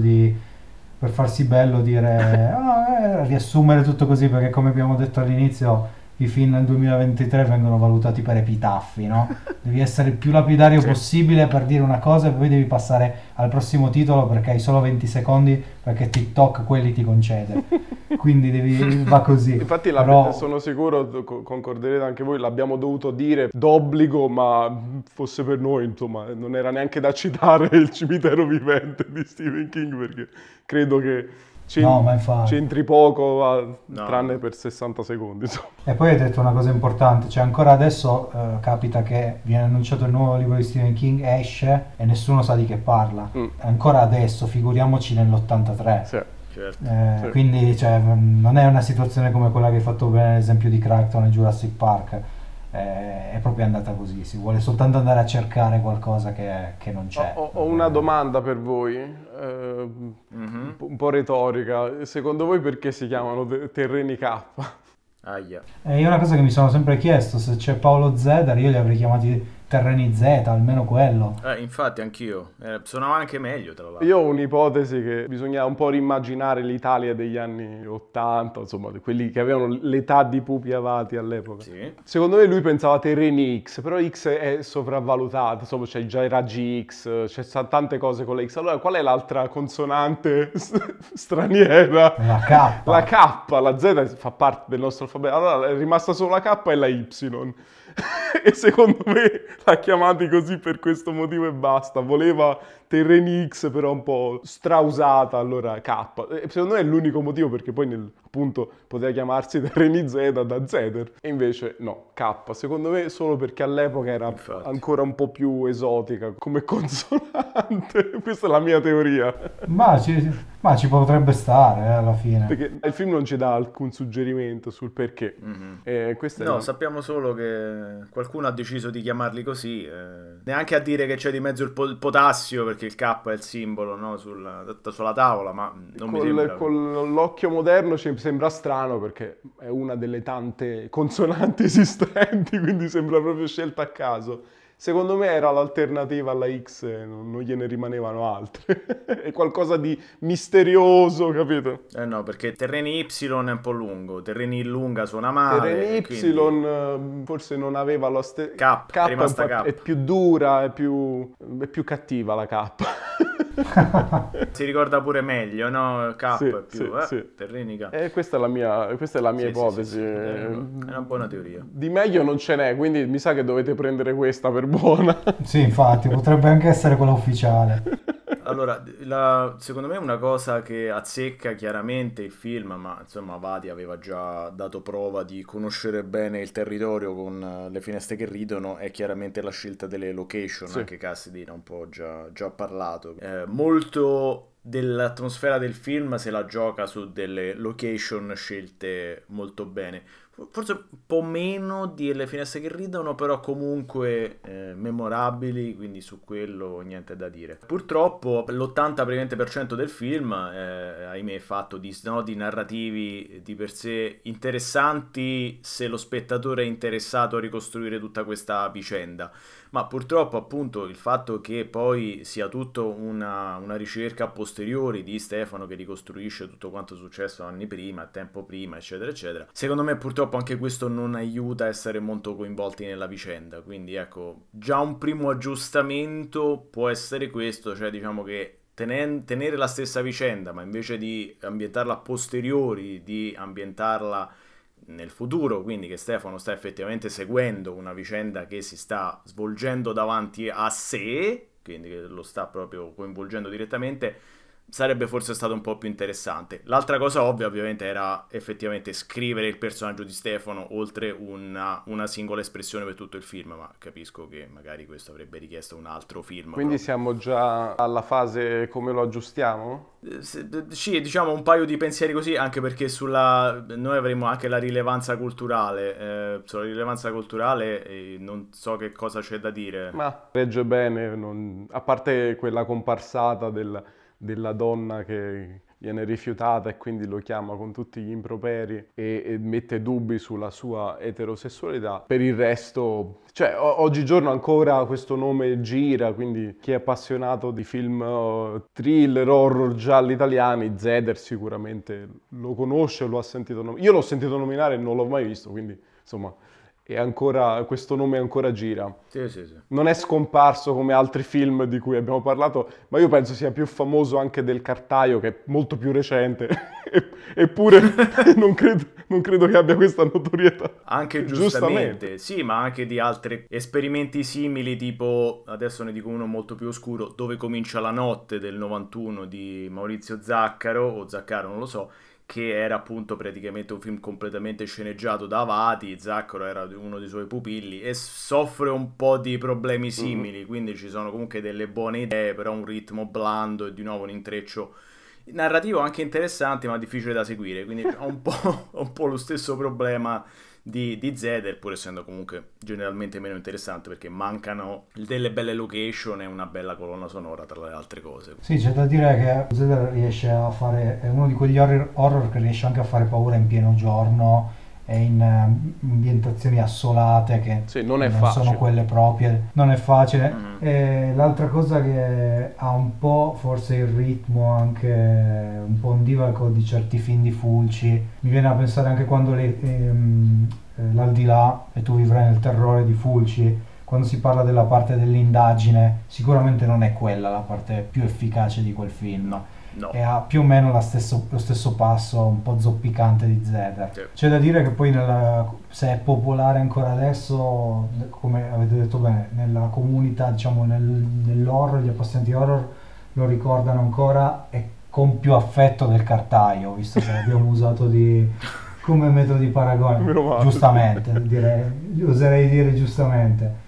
per farsi bello, dire riassumere tutto così, perché come abbiamo detto all'inizio i film nel 2023 vengono valutati per epitaffi, no? Devi essere il più lapidario possibile per dire una cosa e poi devi passare al prossimo titolo perché hai solo 20 secondi, perché TikTok quelli ti concede. Quindi va così. Infatti sono sicuro, concorderete anche voi, l'abbiamo dovuto dire d'obbligo, ma fosse per noi, insomma, non era neanche da citare il cimitero vivente di Stephen King, perché credo che c'entri poco, tranne per 60 secondi. Insomma. E poi hai detto una cosa importante, cioè ancora adesso capita che viene annunciato il nuovo libro di Stephen King, esce e nessuno sa di che parla. Ancora adesso, figuriamoci nell'83. Sì. Certo. Quindi non è una situazione come quella che hai fatto bene l'esempio di Crichton e Jurassic Park. È proprio andata così, si vuole soltanto andare a cercare qualcosa che non c'è. Ho una domanda per voi, un po' retorica. Secondo voi perché si chiamano terreni K? Aia. Io una cosa che mi sono sempre chiesto, se c'è Paolo Zeder io li avrei chiamati terreni Z, almeno quello. Infatti anch'io, suonava anche meglio tra l'altro. Io ho un'ipotesi che bisogna un po' rimmaginare l'Italia degli anni 80, insomma, quelli che avevano l'età di pupi avati all'epoca. Sì. Secondo me lui pensava terreni X, però X è sopravvalutato, insomma c'è già i raggi X, c'è tante cose con le X. Allora qual è l'altra consonante straniera? La K. La K, la Z fa parte del nostro alfabeto. Allora è rimasta solo la K e la Y. E secondo me l'ha chiamati così per questo motivo e basta. Voleva Terreni X, però un po' strausata, allora K. E secondo me è l'unico motivo, perché poi appunto poteva chiamarsi Terreni Z da Zeder. E invece no, K. Secondo me solo perché all'epoca era Infatti. ancora un po' più esotica come consonante. Questa è la mia teoria. Ma ci potrebbe stare, alla fine. Perché il film non ci dà alcun suggerimento sul perché. Questa è No, sappiamo solo che qualcuno ha deciso di chiamarli così, neanche a dire che c'è di mezzo il potassio, perché il K è il simbolo, no, sulla tavola, ma non mi sembra. Con l'occhio moderno ci sembra strano perché è una delle tante consonanti esistenti, quindi sembra proprio scelta a caso. Secondo me era l'alternativa alla X, non gliene rimanevano altre. È qualcosa di misterioso, capito? No, perché Terreni Y è un po' lungo, Terreni lunga suona male. Terreni Y quindi forse non aveva lo stesso... K, è rimasta K. È più dura, è più cattiva la K. Si ricorda pure meglio, no? K Sì, è più, sì. Terreni K. Questa è la mia Sì, ipotesi. sì. È una buona teoria. Di meglio non ce n'è, quindi mi sa che dovete prendere questa per buona. Sì, infatti, potrebbe anche essere quella ufficiale. Allora, secondo me una cosa che azzecca chiaramente il film, ma insomma Vadi aveva già dato prova di conoscere bene il territorio con Le finestre che ridono, è chiaramente la scelta delle location, Sì. anche Cassidy ne ha un po' già parlato. Molto dell'atmosfera del film se la gioca su delle location scelte molto bene. Forse un po' meno di Le finestre che ridono, però comunque memorabili, quindi su quello niente da dire. Purtroppo l'80% del film ahimè, è fatto di snodi narrativi di per sé interessanti se lo spettatore è interessato a ricostruire tutta questa vicenda. Ma purtroppo appunto il fatto che poi sia tutto una ricerca a posteriori di Stefano che ricostruisce tutto quanto è successo anni prima, tempo prima, eccetera, eccetera, secondo me purtroppo anche questo non aiuta a essere molto coinvolti nella vicenda. Quindi ecco, già un primo aggiustamento può essere questo, cioè diciamo che tenere la stessa vicenda, ma invece di ambientarla a posteriori, di ambientarla nel futuro, quindi che Stefano sta effettivamente seguendo una vicenda che si sta svolgendo davanti a sé, quindi che lo sta proprio coinvolgendo direttamente, sarebbe forse stato un po' più interessante. L'altra cosa ovvia ovviamente era effettivamente scrivere il personaggio di Stefano oltre una singola espressione per tutto il film, ma capisco che magari questo avrebbe richiesto un altro film. Quindi proprio. siamo già alla fase come lo aggiustiamo? Sì, diciamo un paio di pensieri così, anche perché noi avremo anche la rilevanza culturale. Sulla rilevanza culturale non so che cosa c'è da dire. Ma regge bene, a parte quella comparsata della donna che viene rifiutata e quindi lo chiama con tutti gli improperi e mette dubbi sulla sua eterosessualità. Per il resto, cioè oggigiorno ancora questo nome gira, quindi chi è appassionato di film thriller, horror, gialli italiani, Zeder sicuramente lo conosce, lo ha sentito nominare. Io l'ho sentito nominare e non l'ho mai visto, quindi insomma... E ancora, questo nome ancora gira. Sì. Non è scomparso come altri film di cui abbiamo parlato, ma io penso sia più famoso anche del Cartaio, che è molto più recente, eppure non credo che abbia questa notorietà. Anche giustamente, sì, ma anche di altri esperimenti simili, tipo, adesso ne dico uno molto più oscuro, Dove comincia la notte del 91 di Maurizio Zaccaro, o Zaccaro, non lo so, che era appunto praticamente un film completamente sceneggiato da Avati. Zaccaro era uno dei suoi pupilli e soffre un po' di problemi simili, quindi ci sono comunque delle buone idee, però un ritmo blando e di nuovo un intreccio narrativo anche interessante ma difficile da seguire, quindi ha un po' lo stesso problema di Zeder, pur essendo comunque generalmente meno interessante perché mancano delle belle location e una bella colonna sonora tra le altre cose. Sì, c'è da dire che Zeder riesce a fare, è uno di quegli horror che riesce anche a fare paura in pieno giorno e in ambientazioni assolate che sì, non è facile. Sono quelle proprie, non è facile. E l'altra cosa che ha un po' forse il ritmo anche un po' ondivago di certi film di Fulci, mi viene a pensare anche quando l'Aldilà e tu vivrai nel terrore di Fulci, quando si parla della parte dell'indagine, sicuramente non è quella la parte più efficace di quel film. No. No. e ha più o meno lo stesso passo un po' zoppicante di Zeder. Sì. C'è da dire che poi se è popolare ancora adesso, come avete detto bene, nella comunità, diciamo nell'horror, gli appassionati horror lo ricordano ancora e con più affetto del cartaio, visto che l'abbiamo usato come metodo di paragone, Meno male. giustamente, oserei dire giustamente.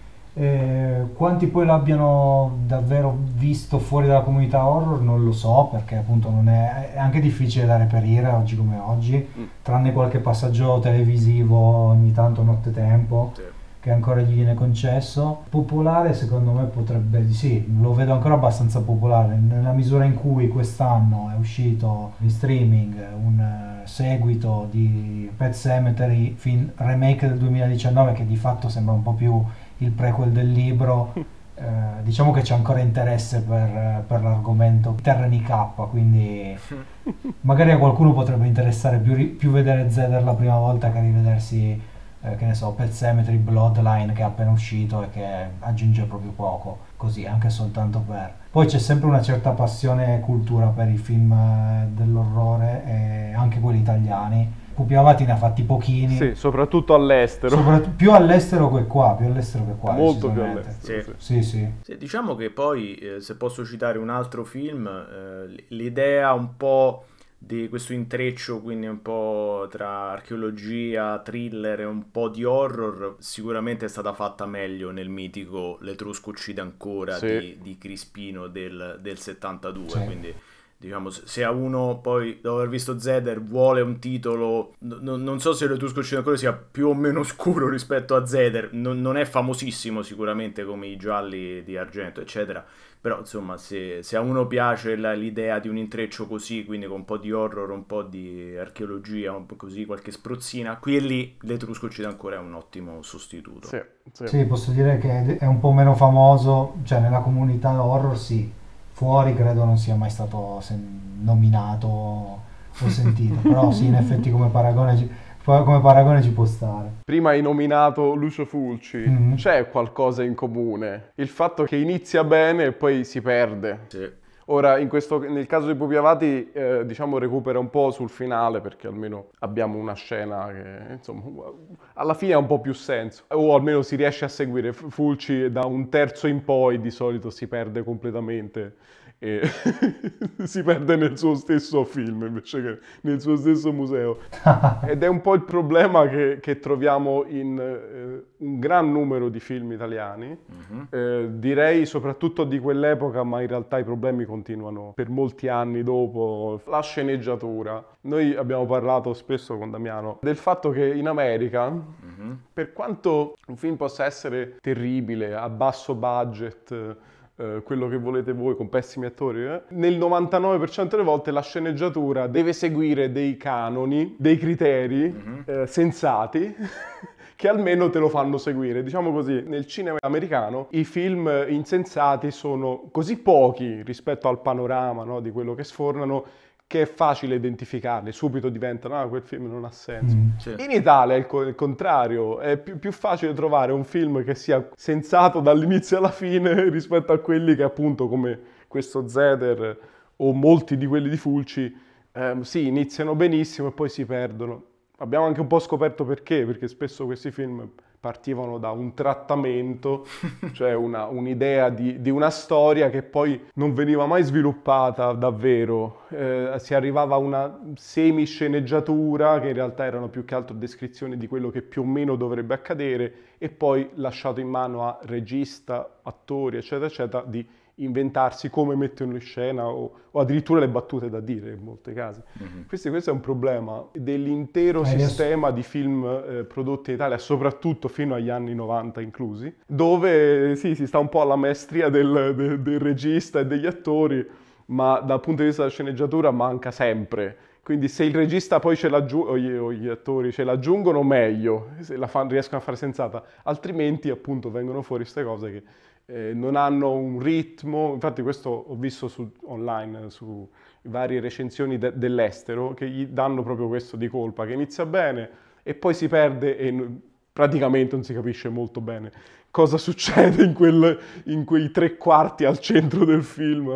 Quanti poi l'abbiano davvero visto fuori dalla comunità horror non lo so, perché appunto non è anche difficile da reperire oggi come oggi, tranne qualche passaggio televisivo ogni tanto nottetempo Sì. che ancora gli viene concesso. Popolare secondo me potrebbe, sì, lo vedo ancora abbastanza popolare, nella misura in cui quest'anno è uscito in streaming un seguito di Pet Sematary, film remake del 2019, che di fatto sembra un po' più il prequel del libro. Diciamo che c'è ancora interesse per l'argomento terreni K, quindi magari a qualcuno potrebbe interessare più vedere Zeder la prima volta che rivedersi che ne so, Pet Sematary Bloodline, che è appena uscito e che aggiunge proprio poco, così anche soltanto per. Poi c'è sempre una certa passione e cultura per i film dell'orrore, e anche quelli italiani. Pupi Avati ne ha fatti pochini, Sì, soprattutto all'estero. più all'estero che qua, Molto più decisamente. all'estero. Sì. Sì. Sì, diciamo che poi, se posso citare un altro film, l'idea un po' di questo intreccio, quindi un po' tra archeologia, thriller e un po' di horror, sicuramente è stata fatta meglio nel mitico L'Etrusco uccide ancora Sì. di Crispino del 72, Sì. quindi diciamo, se a uno poi, dopo aver visto Zeder, vuole un titolo, non so se L'Etrusco uccide ancora sia più o meno scuro rispetto a Zeder, non è famosissimo sicuramente come i gialli di Argento, eccetera, però insomma, se a uno piace l'idea di un intreccio così, quindi con un po' di horror, un po' di archeologia, un po' così, qualche spruzzina, qui e lì L'Etrusco uccide ancora è un ottimo sostituto. Sì, sì. Sì, posso dire che è un po' meno famoso, cioè nella comunità horror sì, fuori credo non sia mai stato nominato o sentito, però sì, in effetti come paragone ci può stare. Prima hai nominato Lucio Fulci, Mhm. c'è qualcosa in comune, il fatto che inizia bene e poi si perde. Sì. Ora, nel caso di Pupi Avati, diciamo recupera un po' sul finale, perché almeno abbiamo una scena che, insomma, alla fine ha un po' più senso. O almeno si riesce a seguire. Fulci da un terzo in poi di solito si perde completamente e si perde nel suo stesso film invece che nel suo stesso museo. Ed è un po' il problema che troviamo in un gran numero di film italiani, direi soprattutto di quell'epoca, ma in realtà i problemi continuano per molti anni dopo. La sceneggiatura. Noi abbiamo parlato spesso con Damiano del fatto che in America, per quanto un film possa essere terribile, a basso budget, quello che volete voi, con pessimi attori, nel 99% delle volte la sceneggiatura deve seguire dei canoni, dei criteri sensati che almeno te lo fanno seguire. Diciamo così, nel cinema americano i film insensati sono così pochi rispetto al panorama, no, di quello che sfornano, che è facile identificarli, subito diventano, quel film non ha senso. Sì. In Italia è il contrario, è più facile trovare un film che sia sensato dall'inizio alla fine rispetto a quelli che appunto come questo Zeder o molti di quelli di Fulci, sì, iniziano benissimo e poi si perdono. Abbiamo anche un po' scoperto perché spesso questi film partivano da un trattamento, cioè un'idea di una storia che poi non veniva mai sviluppata davvero. Si arrivava a una semisceneggiatura che in realtà erano più che altro descrizioni di quello che più o meno dovrebbe accadere e poi lasciato in mano a regista, attori, eccetera, eccetera, di inventarsi come mettono in scena o addirittura le battute da dire in molti casi. Questo è un problema dell'intero sistema di film prodotti in Italia, soprattutto fino agli anni 90 inclusi, dove sì, si sta un po' alla maestria del regista e degli attori, ma dal punto di vista della sceneggiatura manca sempre. Quindi se il regista poi o gli attori ce l'aggiungono, meglio, se riescono a fare sensata, altrimenti appunto vengono fuori queste cose che non hanno un ritmo. Infatti questo ho visto online su varie recensioni dell'estero che gli danno proprio questo di colpa, che inizia bene e poi si perde e praticamente non si capisce molto bene cosa succede in quei tre quarti al centro del film.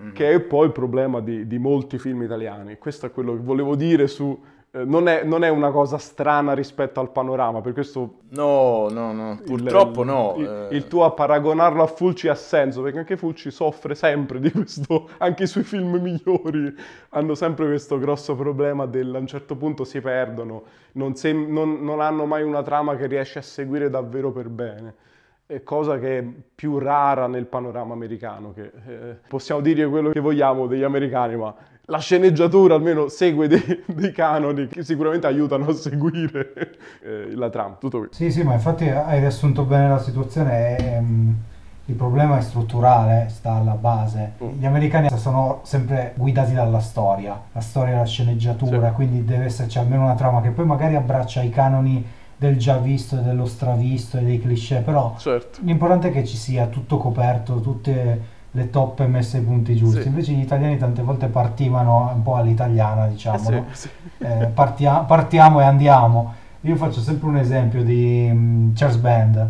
che è poi il problema di molti film italiani. Questo è quello che volevo dire su... non è una cosa strana rispetto al panorama, per questo... No, purtroppo no. Il tuo a paragonarlo a Fulci ha senso, perché anche Fulci soffre sempre di questo, anche i suoi film migliori hanno sempre questo grosso problema a un certo punto si perdono, non hanno mai una trama che riesce a seguire davvero per bene. È cosa che è più rara nel panorama americano, che possiamo dire quello che vogliamo degli americani, ma la sceneggiatura almeno segue dei canoni che sicuramente aiutano a seguire la trama, tutto qui. Sì, ma infatti hai riassunto bene la situazione. Il problema è strutturale, sta alla base. Gli americani sono sempre guidati dalla storia, la storia e la sceneggiatura, Sì. quindi deve esserci almeno una trama che poi magari abbraccia i canoni del già visto e dello stravisto e dei cliché, però Certo. l'importante è che ci sia tutto coperto, tutte le toppe messe ai punti giusti. Sì. Invece gli italiani tante volte partivano un po' all'italiana, diciamo, no? Sì. Partiamo e andiamo. Io faccio sempre un esempio di Charles Band,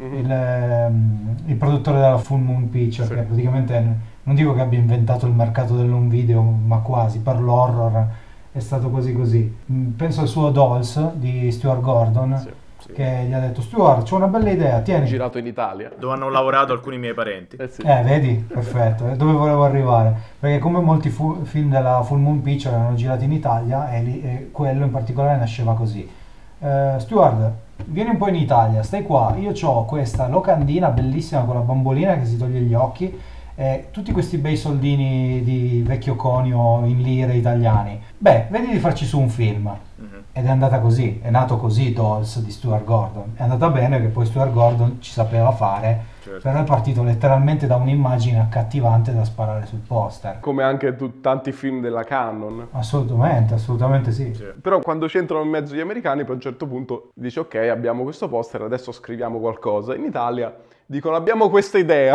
il produttore della Full Moon Picture, Sì. che praticamente, non dico che abbia inventato il mercato dell'home video, ma quasi, per l'horror è stato quasi così. Penso al suo Dolls di Stuart Gordon, Sì. che gli ha detto: Stuart, c'ho una bella idea, tieni. Girato in Italia. Dove hanno lavorato alcuni miei parenti. Sì. Vedi? Perfetto, è dove volevo arrivare. Perché come molti film della Full Moon Picture erano girati in Italia, e quello in particolare nasceva così. Stuart, vieni un po' in Italia, stai qua, io ho questa locandina bellissima con la bambolina che si toglie gli occhi, tutti questi bei soldini di vecchio conio in lire italiani. Beh, vedi di farci su un film. Ed è andata così, è nato così Dolls di Stuart Gordon. È andata bene che poi Stuart Gordon ci sapeva fare, Certo. però è partito letteralmente da un'immagine accattivante da sparare sul poster. Come anche tanti film della Canon. Assolutamente sì. Sì. Però quando c'entrano in mezzo gli americani, poi a un certo punto dice ok, abbiamo questo poster, adesso scriviamo qualcosa. In Italia dicono abbiamo questa idea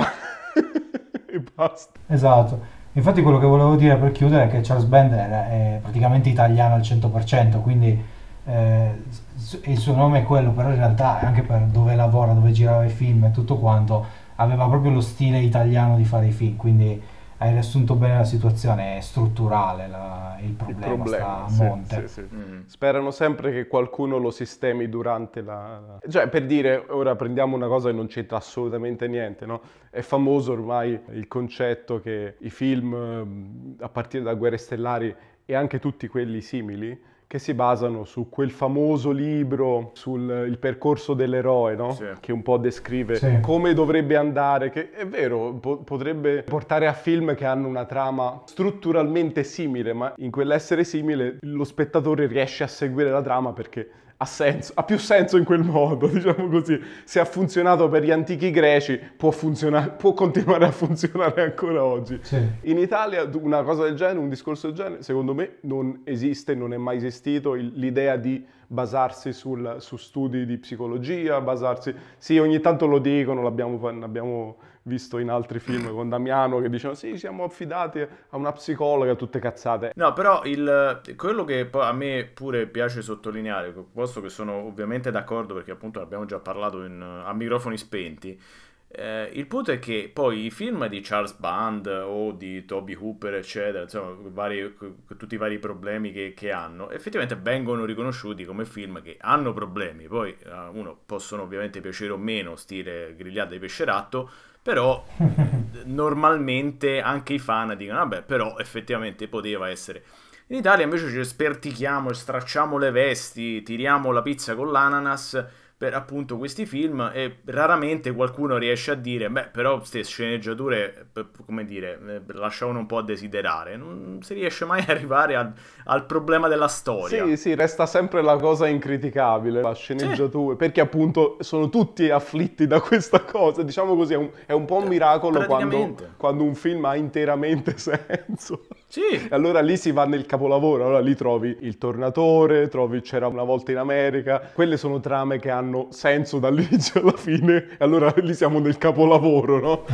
e basta. Esatto. Infatti quello che volevo dire per chiudere è che Charles Band è praticamente italiano al 100%, quindi il suo nome è quello, però in realtà anche per dove lavora, dove girava i film e tutto quanto, aveva proprio lo stile italiano di fare i film, quindi hai riassunto bene la situazione, è strutturale il problema sta a sì, monte. sì. Sperano sempre che qualcuno lo sistemi durante Cioè, per dire, ora prendiamo una cosa che non c'entra assolutamente niente, no? È famoso ormai il concetto che i film, a partire da Guerre Stellari e anche tutti quelli simili, che si basano su quel famoso libro sul il percorso dell'eroe, no? Sì. Che un po' descrive Sì. come dovrebbe andare, che è vero, potrebbe portare a film che hanno una trama strutturalmente simile, ma in quell'essere simile lo spettatore riesce a seguire la trama perché ha più senso in quel modo, diciamo così. Se ha funzionato per gli antichi greci, può continuare a funzionare ancora oggi. Sì. In Italia una cosa del genere, un discorso del genere, secondo me non esiste, non è mai esistito l'idea di basarsi su studi di psicologia, Sì, ogni tanto lo dicono, l'abbiamo visto in altri film con Damiano che dicevano sì, siamo affidati a una psicologa, tutte cazzate. No, però quello che poi a me pure piace sottolineare, posto che sono ovviamente d'accordo perché appunto abbiamo già parlato a microfoni spenti, il punto è che poi i film di Charles Band o di Toby Hooper, eccetera, insomma, tutti i vari problemi che hanno, effettivamente vengono riconosciuti come film che hanno problemi. Poi uno possono ovviamente piacere o meno, stile Grigliata di Pesceratto, però normalmente anche i fan dicono vabbè, però effettivamente poteva essere. In Italia invece ci spertichiamo, stracciamo le vesti, tiriamo la pizza con l'ananas per appunto questi film e raramente qualcuno riesce a dire beh, però queste sceneggiature, come dire, lasciavano un po' a desiderare. Non si riesce mai a arrivare al problema della storia. Sì, resta sempre la cosa incriticabile, la sceneggiatura, perché appunto sono tutti afflitti da questa cosa, diciamo così, è un po' un miracolo quando un film ha interamente senso. Sì. Allora lì si va nel capolavoro, allora lì trovi Il Tornatore, trovi C'era una volta in America, quelle sono trame che hanno senso dall'inizio alla fine, e allora lì siamo nel capolavoro, no?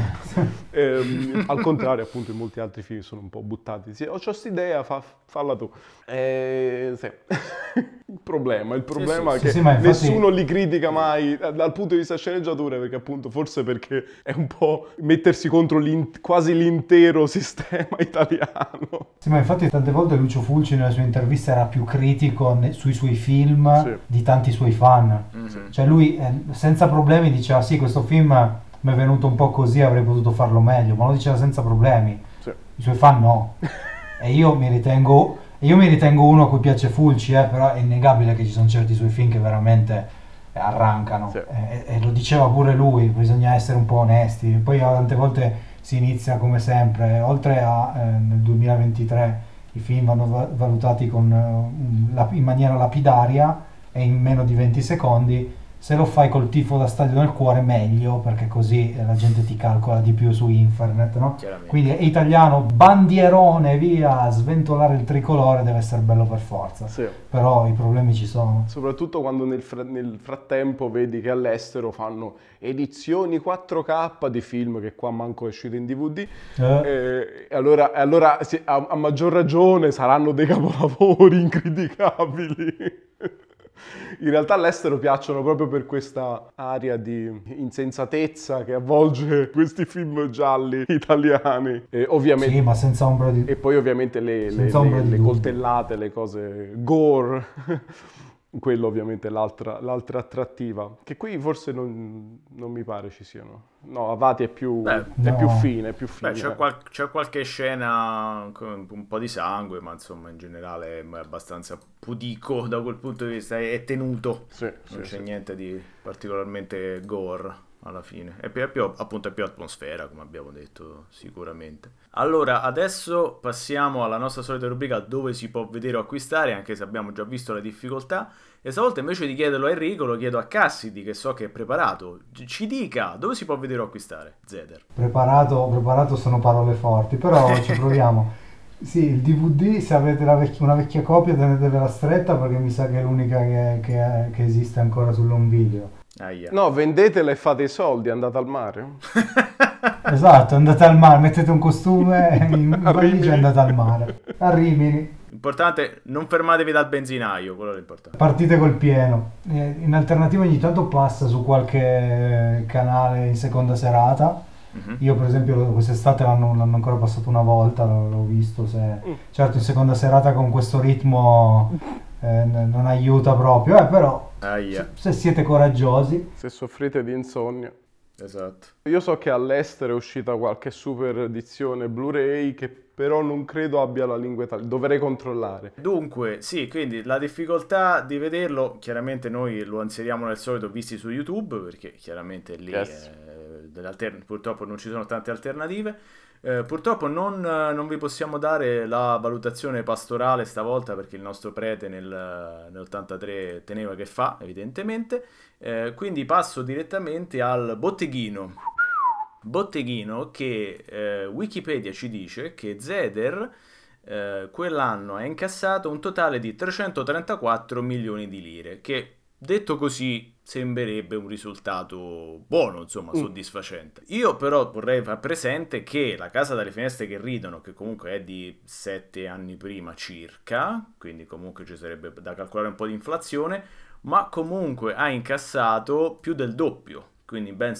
Al contrario, appunto, in molti altri film sono un po' buttati. Sì, ho quest'idea, falla tu. Sì. Il problema è che sì, ma infatti... nessuno li critica mai dal punto di vista sceneggiatura, perché appunto forse perché è un po' mettersi contro quasi l'intero sistema italiano. Sì, ma infatti tante volte Lucio Fulci nelle sue interviste era più critico sui suoi film di tanti suoi fan. Cioè lui senza problemi diceva sì, questo film mi è venuto un po' così, avrei potuto farlo meglio, ma lo diceva senza problemi. I suoi fan no. E io mi ritengo uno a cui piace Fulci, però è innegabile che ci sono certi suoi film che veramente arrancano. E lo diceva pure lui, bisogna essere un po' onesti. Poi tante volte si inizia come sempre, oltre a nel 2023 i film vanno valutati in maniera lapidaria e in meno di 20 secondi. Se lo fai col tifo da stadio nel cuore meglio, perché così la gente ti calcola di più su internet, no? Quindi è italiano, bandierone, via, sventolare il tricolore deve essere bello per forza. Però i problemi ci sono. Soprattutto quando nel frattempo vedi che all'estero fanno edizioni 4K di film che qua manco è uscito in DVD. Allora a maggior ragione saranno dei capolavori incriticabili. In realtà all'estero piacciono proprio per questa aria di insensatezza che avvolge questi film gialli italiani. E ovviamente, sì, ma senza ombra di... E poi ovviamente le coltellate, le cose gore. Quello ovviamente è l'altra attrattiva, che qui forse non mi pare ci siano. No, Avati è più fine. C'è qualche scena con un po' di sangue, ma insomma in generale è abbastanza pudico da quel punto di vista, è tenuto, non c'è niente di particolarmente gore alla fine, è più atmosfera, come abbiamo detto sicuramente. Allora adesso passiamo alla nostra solita rubrica dove si può vedere o acquistare, anche se abbiamo già visto la difficoltà, e stavolta invece di chiederlo a Enrico lo chiedo a Cassidy, che so che è preparato. Ci dica dove si può vedere o acquistare Zeder. Preparato sono parole forti, però ci proviamo. Sì, il DVD, se avete una vecchia copia tenetevela stretta, perché mi sa che è l'unica che esiste ancora sull'home video. No, vendetela e fate i soldi, andate al mare. Esatto, andate al mare, mettete un costume in valigia e andate al mare. A Rimini. L'importante, non fermatevi dal benzinaio, quello è l'importante. Partite col pieno. In alternativa ogni tanto passa su qualche canale in seconda serata. Io per esempio quest'estate l'hanno ancora passato una volta, l'ho visto. Certo, in seconda serata con questo ritmo non aiuta proprio, però se siete coraggiosi, se soffrite di insonnia. Esatto. Io so che all'estero è uscita qualche super edizione Blu-ray che però non credo abbia la lingua italiana, dovrei controllare. Dunque, sì, quindi la difficoltà di vederlo, chiaramente noi lo inseriamo nel solito visti su YouTube, perché chiaramente lì purtroppo non ci sono tante alternative. Purtroppo non vi possiamo dare la valutazione pastorale stavolta, perché il nostro prete nell'83 teneva che fa, evidentemente. Quindi passo direttamente al botteghino. Botteghino che Wikipedia ci dice che Zeder quell'anno ha incassato un totale di 334 milioni di lire, che detto così sembrerebbe un risultato buono, insomma, soddisfacente. Io però vorrei far presente che La Casa dalle Finestre che Ridono, che comunque è di 7 anni prima circa, quindi comunque ci sarebbe da calcolare un po' di inflazione, ma comunque ha incassato più del doppio, quindi ben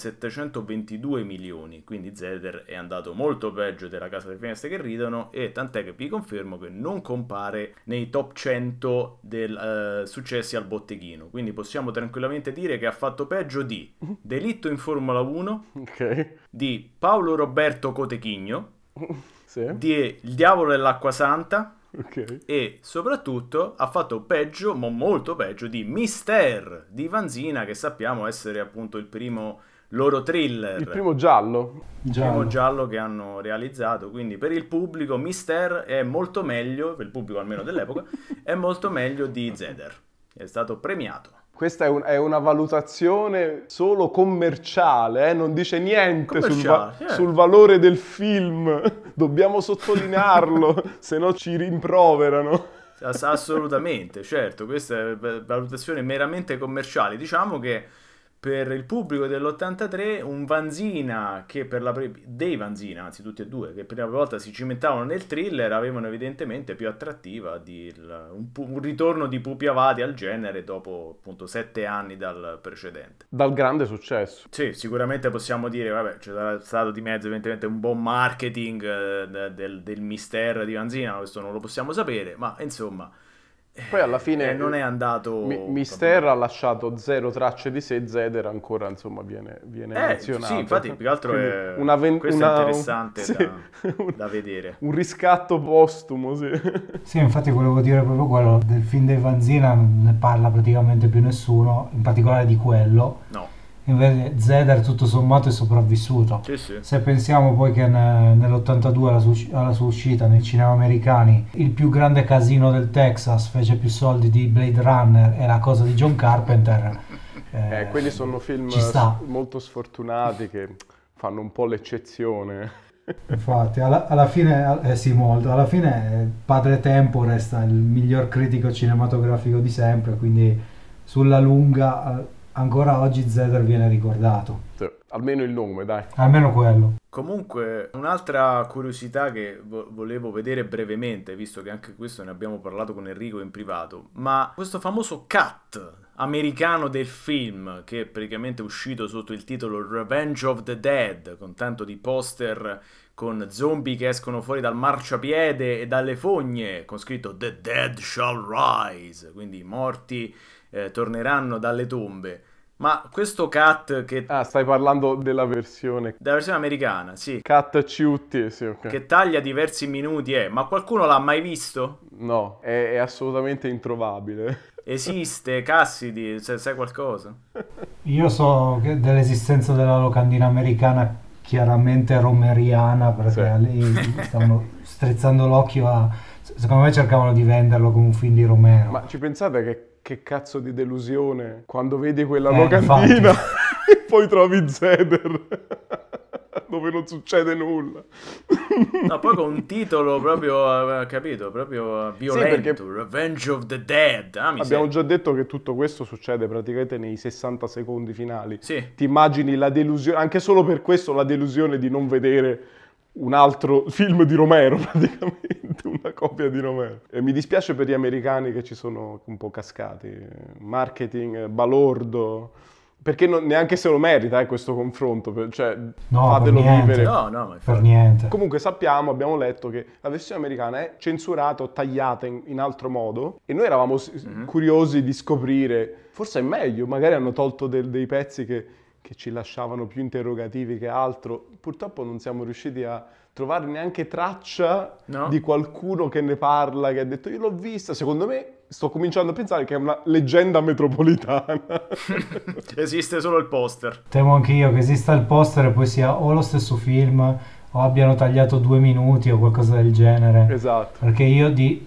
722 milioni, quindi Zeder è andato molto peggio della Casa delle Finestre che Ridono, e tant'è che vi confermo che non compare nei top 100 del successi al botteghino, quindi possiamo tranquillamente dire che ha fatto peggio di Delitto in Formula 1, di Paolo Roberto Cotechigno, di Il Diavolo dell'Acqua Santa, e soprattutto ha fatto peggio, molto peggio, di Mister di Vanzina, che sappiamo essere appunto il primo loro thriller, il primo giallo che hanno realizzato. Quindi per il pubblico Mister è molto meglio, per il pubblico almeno dell'epoca, è molto meglio di Zeder, è stato premiato. Questa è una valutazione solo commerciale, non dice niente sul valore del film. Dobbiamo sottolinearlo, se no ci rimproverano. Assolutamente, certo, questa è valutazione meramente commerciale. Diciamo che per il pubblico dell'83 un Vanzina che dei Vanzina, anzi tutti e due, che per la prima volta si cimentavano nel thriller, avevano evidentemente più attrattiva un ritorno di Pupi Avati al genere dopo appunto 7 anni dal precedente. Dal grande successo. Sì, sicuramente possiamo dire, vabbè, c'è stato di mezzo evidentemente un buon marketing del mister di Vanzina, questo non lo possiamo sapere, ma insomma... Poi alla fine non è andato... Mister ha lasciato 0 tracce di sé, Zeder ancora insomma viene menzionato. Sì, infatti più che altro questo è interessante da vedere. Un riscatto postumo, sì. Sì, infatti volevo dire proprio quello, del film dei Vanzina non ne parla praticamente più nessuno, in particolare di quello. No. Invece Zeder tutto sommato è sopravvissuto. Sì. Se pensiamo poi che nell'82 alla sua uscita nei cinema americani il più grande casino del Texas fece più soldi di Blade Runner e La cosa di John Carpenter, quelli sono film molto sfortunati che fanno un po' l'eccezione. Infatti alla fine sì, molto, alla fine Padre Tempo resta il miglior critico cinematografico di sempre, quindi sulla lunga ancora oggi Zeder viene ricordato. Sì, almeno il nome, dai. Almeno quello. Comunque, un'altra curiosità che volevo vedere brevemente, visto che anche questo ne abbiamo parlato con Enrico in privato, ma questo famoso cut americano del film, che è praticamente uscito sotto il titolo Revenge of the Dead, con tanto di poster con zombie che escono fuori dal marciapiede e dalle fogne, con scritto The Dead Shall Rise, quindi i morti torneranno dalle tombe. Ma questo cut che... stai parlando della versione americana, sì. Cut ciutti, sì, ok. Che taglia diversi minuti, ma qualcuno l'ha mai visto? No, è assolutamente introvabile. Esiste, Cassidy, sai qualcosa? Io so dell'esistenza della locandina americana chiaramente romeriana, perché lì stavano strizzando l'occhio secondo me cercavano di venderlo come un film di Romero. Ma ci pensate che cazzo di delusione quando vedi quella locandina e poi trovi Zeder dove non succede nulla. No, poi con un titolo proprio, capito, proprio violento, sì, Revenge of the Dead. Abbiamo già detto che tutto questo succede praticamente nei 60 secondi finali. Sì. Ti immagini la delusione, anche solo per questo la delusione di non vedere un altro film di Romero, praticamente, una copia di Romero. E mi dispiace per gli americani che ci sono un po' cascati. Marketing balordo, perché neanche se lo merita questo confronto, cioè fatelo vivere. No, per niente. Comunque abbiamo letto che la versione americana è censurata o tagliata in altro modo e noi eravamo curiosi di scoprire, forse è meglio, magari hanno tolto dei pezzi che ci lasciavano più interrogativi che altro. Purtroppo non siamo riusciti a trovare neanche traccia di qualcuno che ne parla, che ha detto io l'ho vista. Secondo me sto cominciando a pensare che è una leggenda metropolitana. Esiste solo il poster. Temo anche io che esista il poster e poi sia o lo stesso film o abbiano tagliato 2 minuti o qualcosa del genere. Esatto. Perché io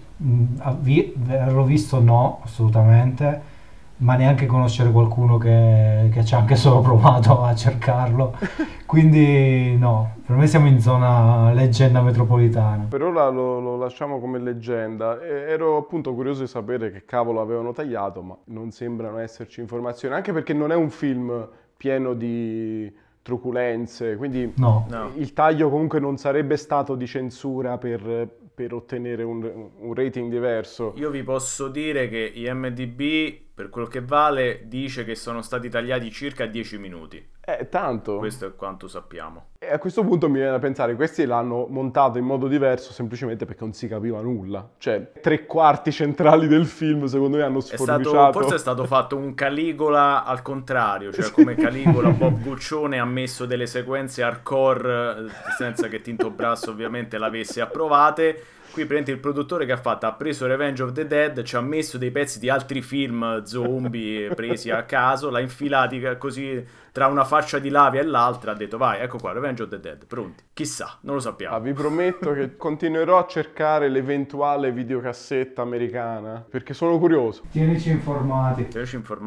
averlo visto no, assolutamente, ma neanche conoscere qualcuno che ci ha anche solo provato a cercarlo, quindi no, per me siamo in zona leggenda metropolitana. Per ora lo lasciamo come leggenda. Ero appunto curioso di sapere che cavolo avevano tagliato, ma non sembrano esserci informazioni, anche perché non è un film pieno di truculenze, quindi il taglio comunque non sarebbe stato di censura per ottenere un rating diverso. Io vi posso dire che IMDb, per quello che vale, dice che sono stati tagliati circa 10 minuti. Tanto. Questo è quanto sappiamo. E a questo punto mi viene da pensare, questi l'hanno montato in modo diverso semplicemente perché non si capiva nulla. Cioè, 3/4 centrali del film, secondo me, hanno sforbiciato. Forse è stato fatto un Caligola al contrario, cioè come Caligola Bob Guccione ha messo delle sequenze hardcore senza che Tinto Brasso ovviamente l'avesse approvate. Qui praticamente il produttore che ha preso Revenge of the Dead, ci ha messo dei pezzi di altri film zombie presi a caso, l'ha infilati così tra una faccia di Lavia e l'altra, ha detto vai, ecco qua, Revenge of the Dead, pronti. Chissà, non lo sappiamo. Vi prometto che continuerò a cercare l'eventuale videocassetta americana, perché sono curioso. Tienici informati.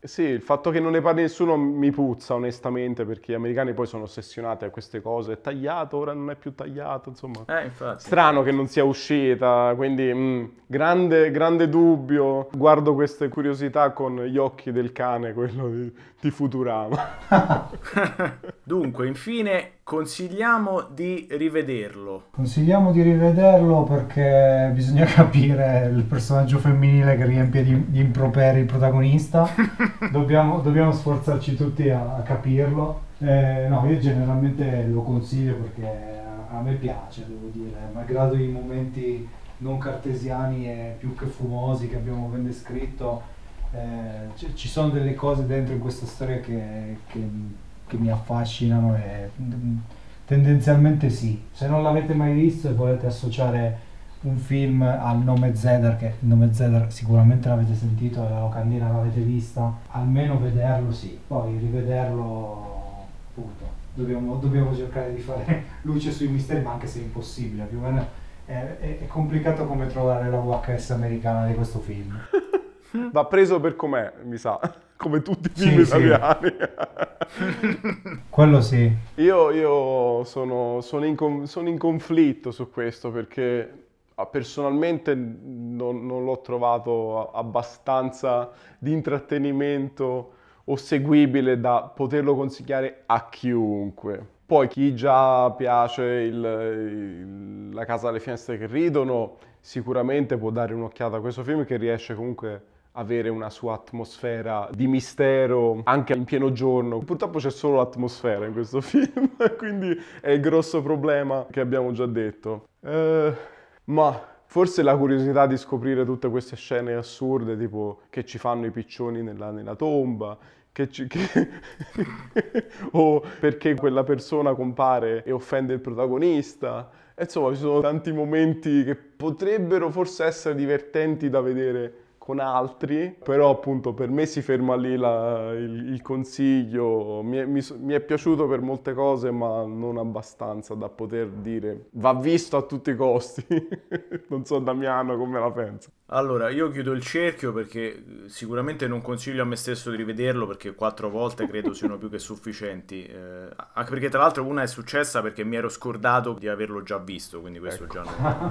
Sì, il fatto che non ne parli nessuno mi puzza onestamente, perché gli americani poi sono ossessionati a queste cose, è tagliato, ora non è più tagliato, insomma. Infatti. Strano che non sia uscita, quindi grande dubbio. Guardo queste curiosità con gli occhi del cane, quello di Futurama. Dunque, infine, consigliamo di rivederlo. Consigliamo di rivederlo perché bisogna capire il personaggio femminile che riempie di improperi il protagonista. Dobbiamo sforzarci tutti a capirlo. No, io generalmente lo consiglio perché a me piace, devo dire, malgrado i momenti non cartesiani e più che fumosi che abbiamo ben descritto, ci sono delle cose dentro in questa storia che mi affascinano e tendenzialmente sì. Se non l'avete mai visto e volete associare un film al nome Zedar, che il nome Zedar sicuramente l'avete sentito, la locandina l'avete vista, almeno vederlo sì, poi rivederlo appunto. Dobbiamo cercare di fare luce sui misteri, ma anche se è impossibile, più o meno è complicato come trovare la VHS americana di questo film. Va preso per com'è, mi sa, come tutti i film Sì, italiani. Quello sì. Io sono in conflitto su questo perché personalmente non l'ho trovato abbastanza di intrattenimento o seguibile da poterlo consigliare a chiunque. Poi chi già piace La casa dalle finestre che ridono sicuramente può dare un'occhiata a questo film, che riesce comunque avere una sua atmosfera di mistero anche in pieno giorno. Purtroppo c'è solo l'atmosfera in questo film, quindi è il grosso problema che abbiamo già detto. Ma forse la curiosità di scoprire tutte queste scene assurde, tipo che ci fanno i piccioni nella tomba, o perché quella persona compare e offende il protagonista. Insomma, ci sono tanti momenti che potrebbero forse essere divertenti da vedere con altri, però appunto per me si ferma lì il consiglio. Mi è piaciuto per molte cose, ma non abbastanza da poter dire va visto a tutti i costi. Non so Damiano come la pensa. Allora, io chiudo il cerchio perché sicuramente non consiglio a me stesso di rivederlo, perché 4 volte credo siano più che sufficienti, anche perché tra l'altro una è successa perché mi ero scordato di averlo già visto, quindi questo già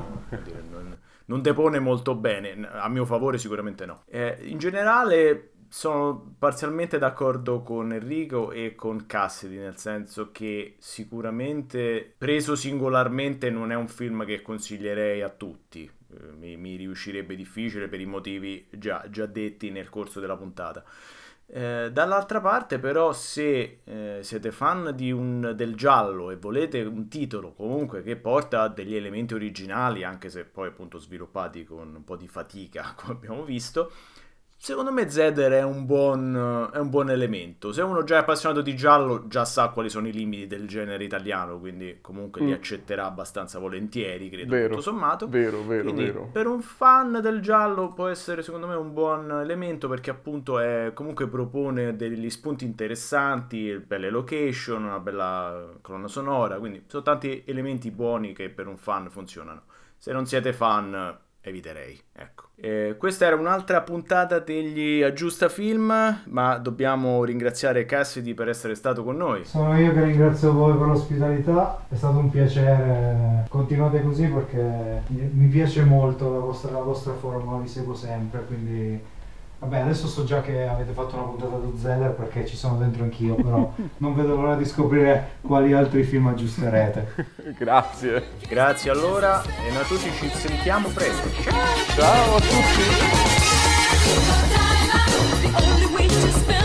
non depone molto bene, a mio favore sicuramente no. In generale sono parzialmente d'accordo con Enrico e con Cassidy, nel senso che sicuramente preso singolarmente non è un film che consiglierei a tutti. Mi riuscirebbe difficile per i motivi già detti nel corso della puntata. Dall'altra parte però, se siete fan del giallo e volete un titolo comunque che porta degli elementi originali, anche se poi appunto sviluppati con un po' di fatica come abbiamo visto, secondo me Zeder è un buon elemento. Se uno già è appassionato di giallo già sa quali sono i limiti del genere italiano, quindi comunque li accetterà abbastanza volentieri, credo, Vero, tutto sommato. Quindi, vero. per un fan del giallo può essere secondo me un buon elemento, perché appunto comunque propone degli spunti interessanti, belle location, una bella colonna sonora, quindi sono tanti elementi buoni che per un fan funzionano. Se non siete fan, eviterei, ecco. Questa era un'altra puntata degli Aggiusta Film, ma dobbiamo ringraziare Cassidy per essere stato con noi. Sono io che ringrazio voi per l'ospitalità, è stato un piacere, continuate così perché mi piace molto la vostra forma, vi seguo sempre, quindi vabbè, adesso so già che avete fatto una puntata di Zeller perché ci sono dentro anch'io, però non vedo l'ora di scoprire quali altri film aggiusterete. Grazie allora, e noi tutti ci sentiamo presto. Ciao a tutti.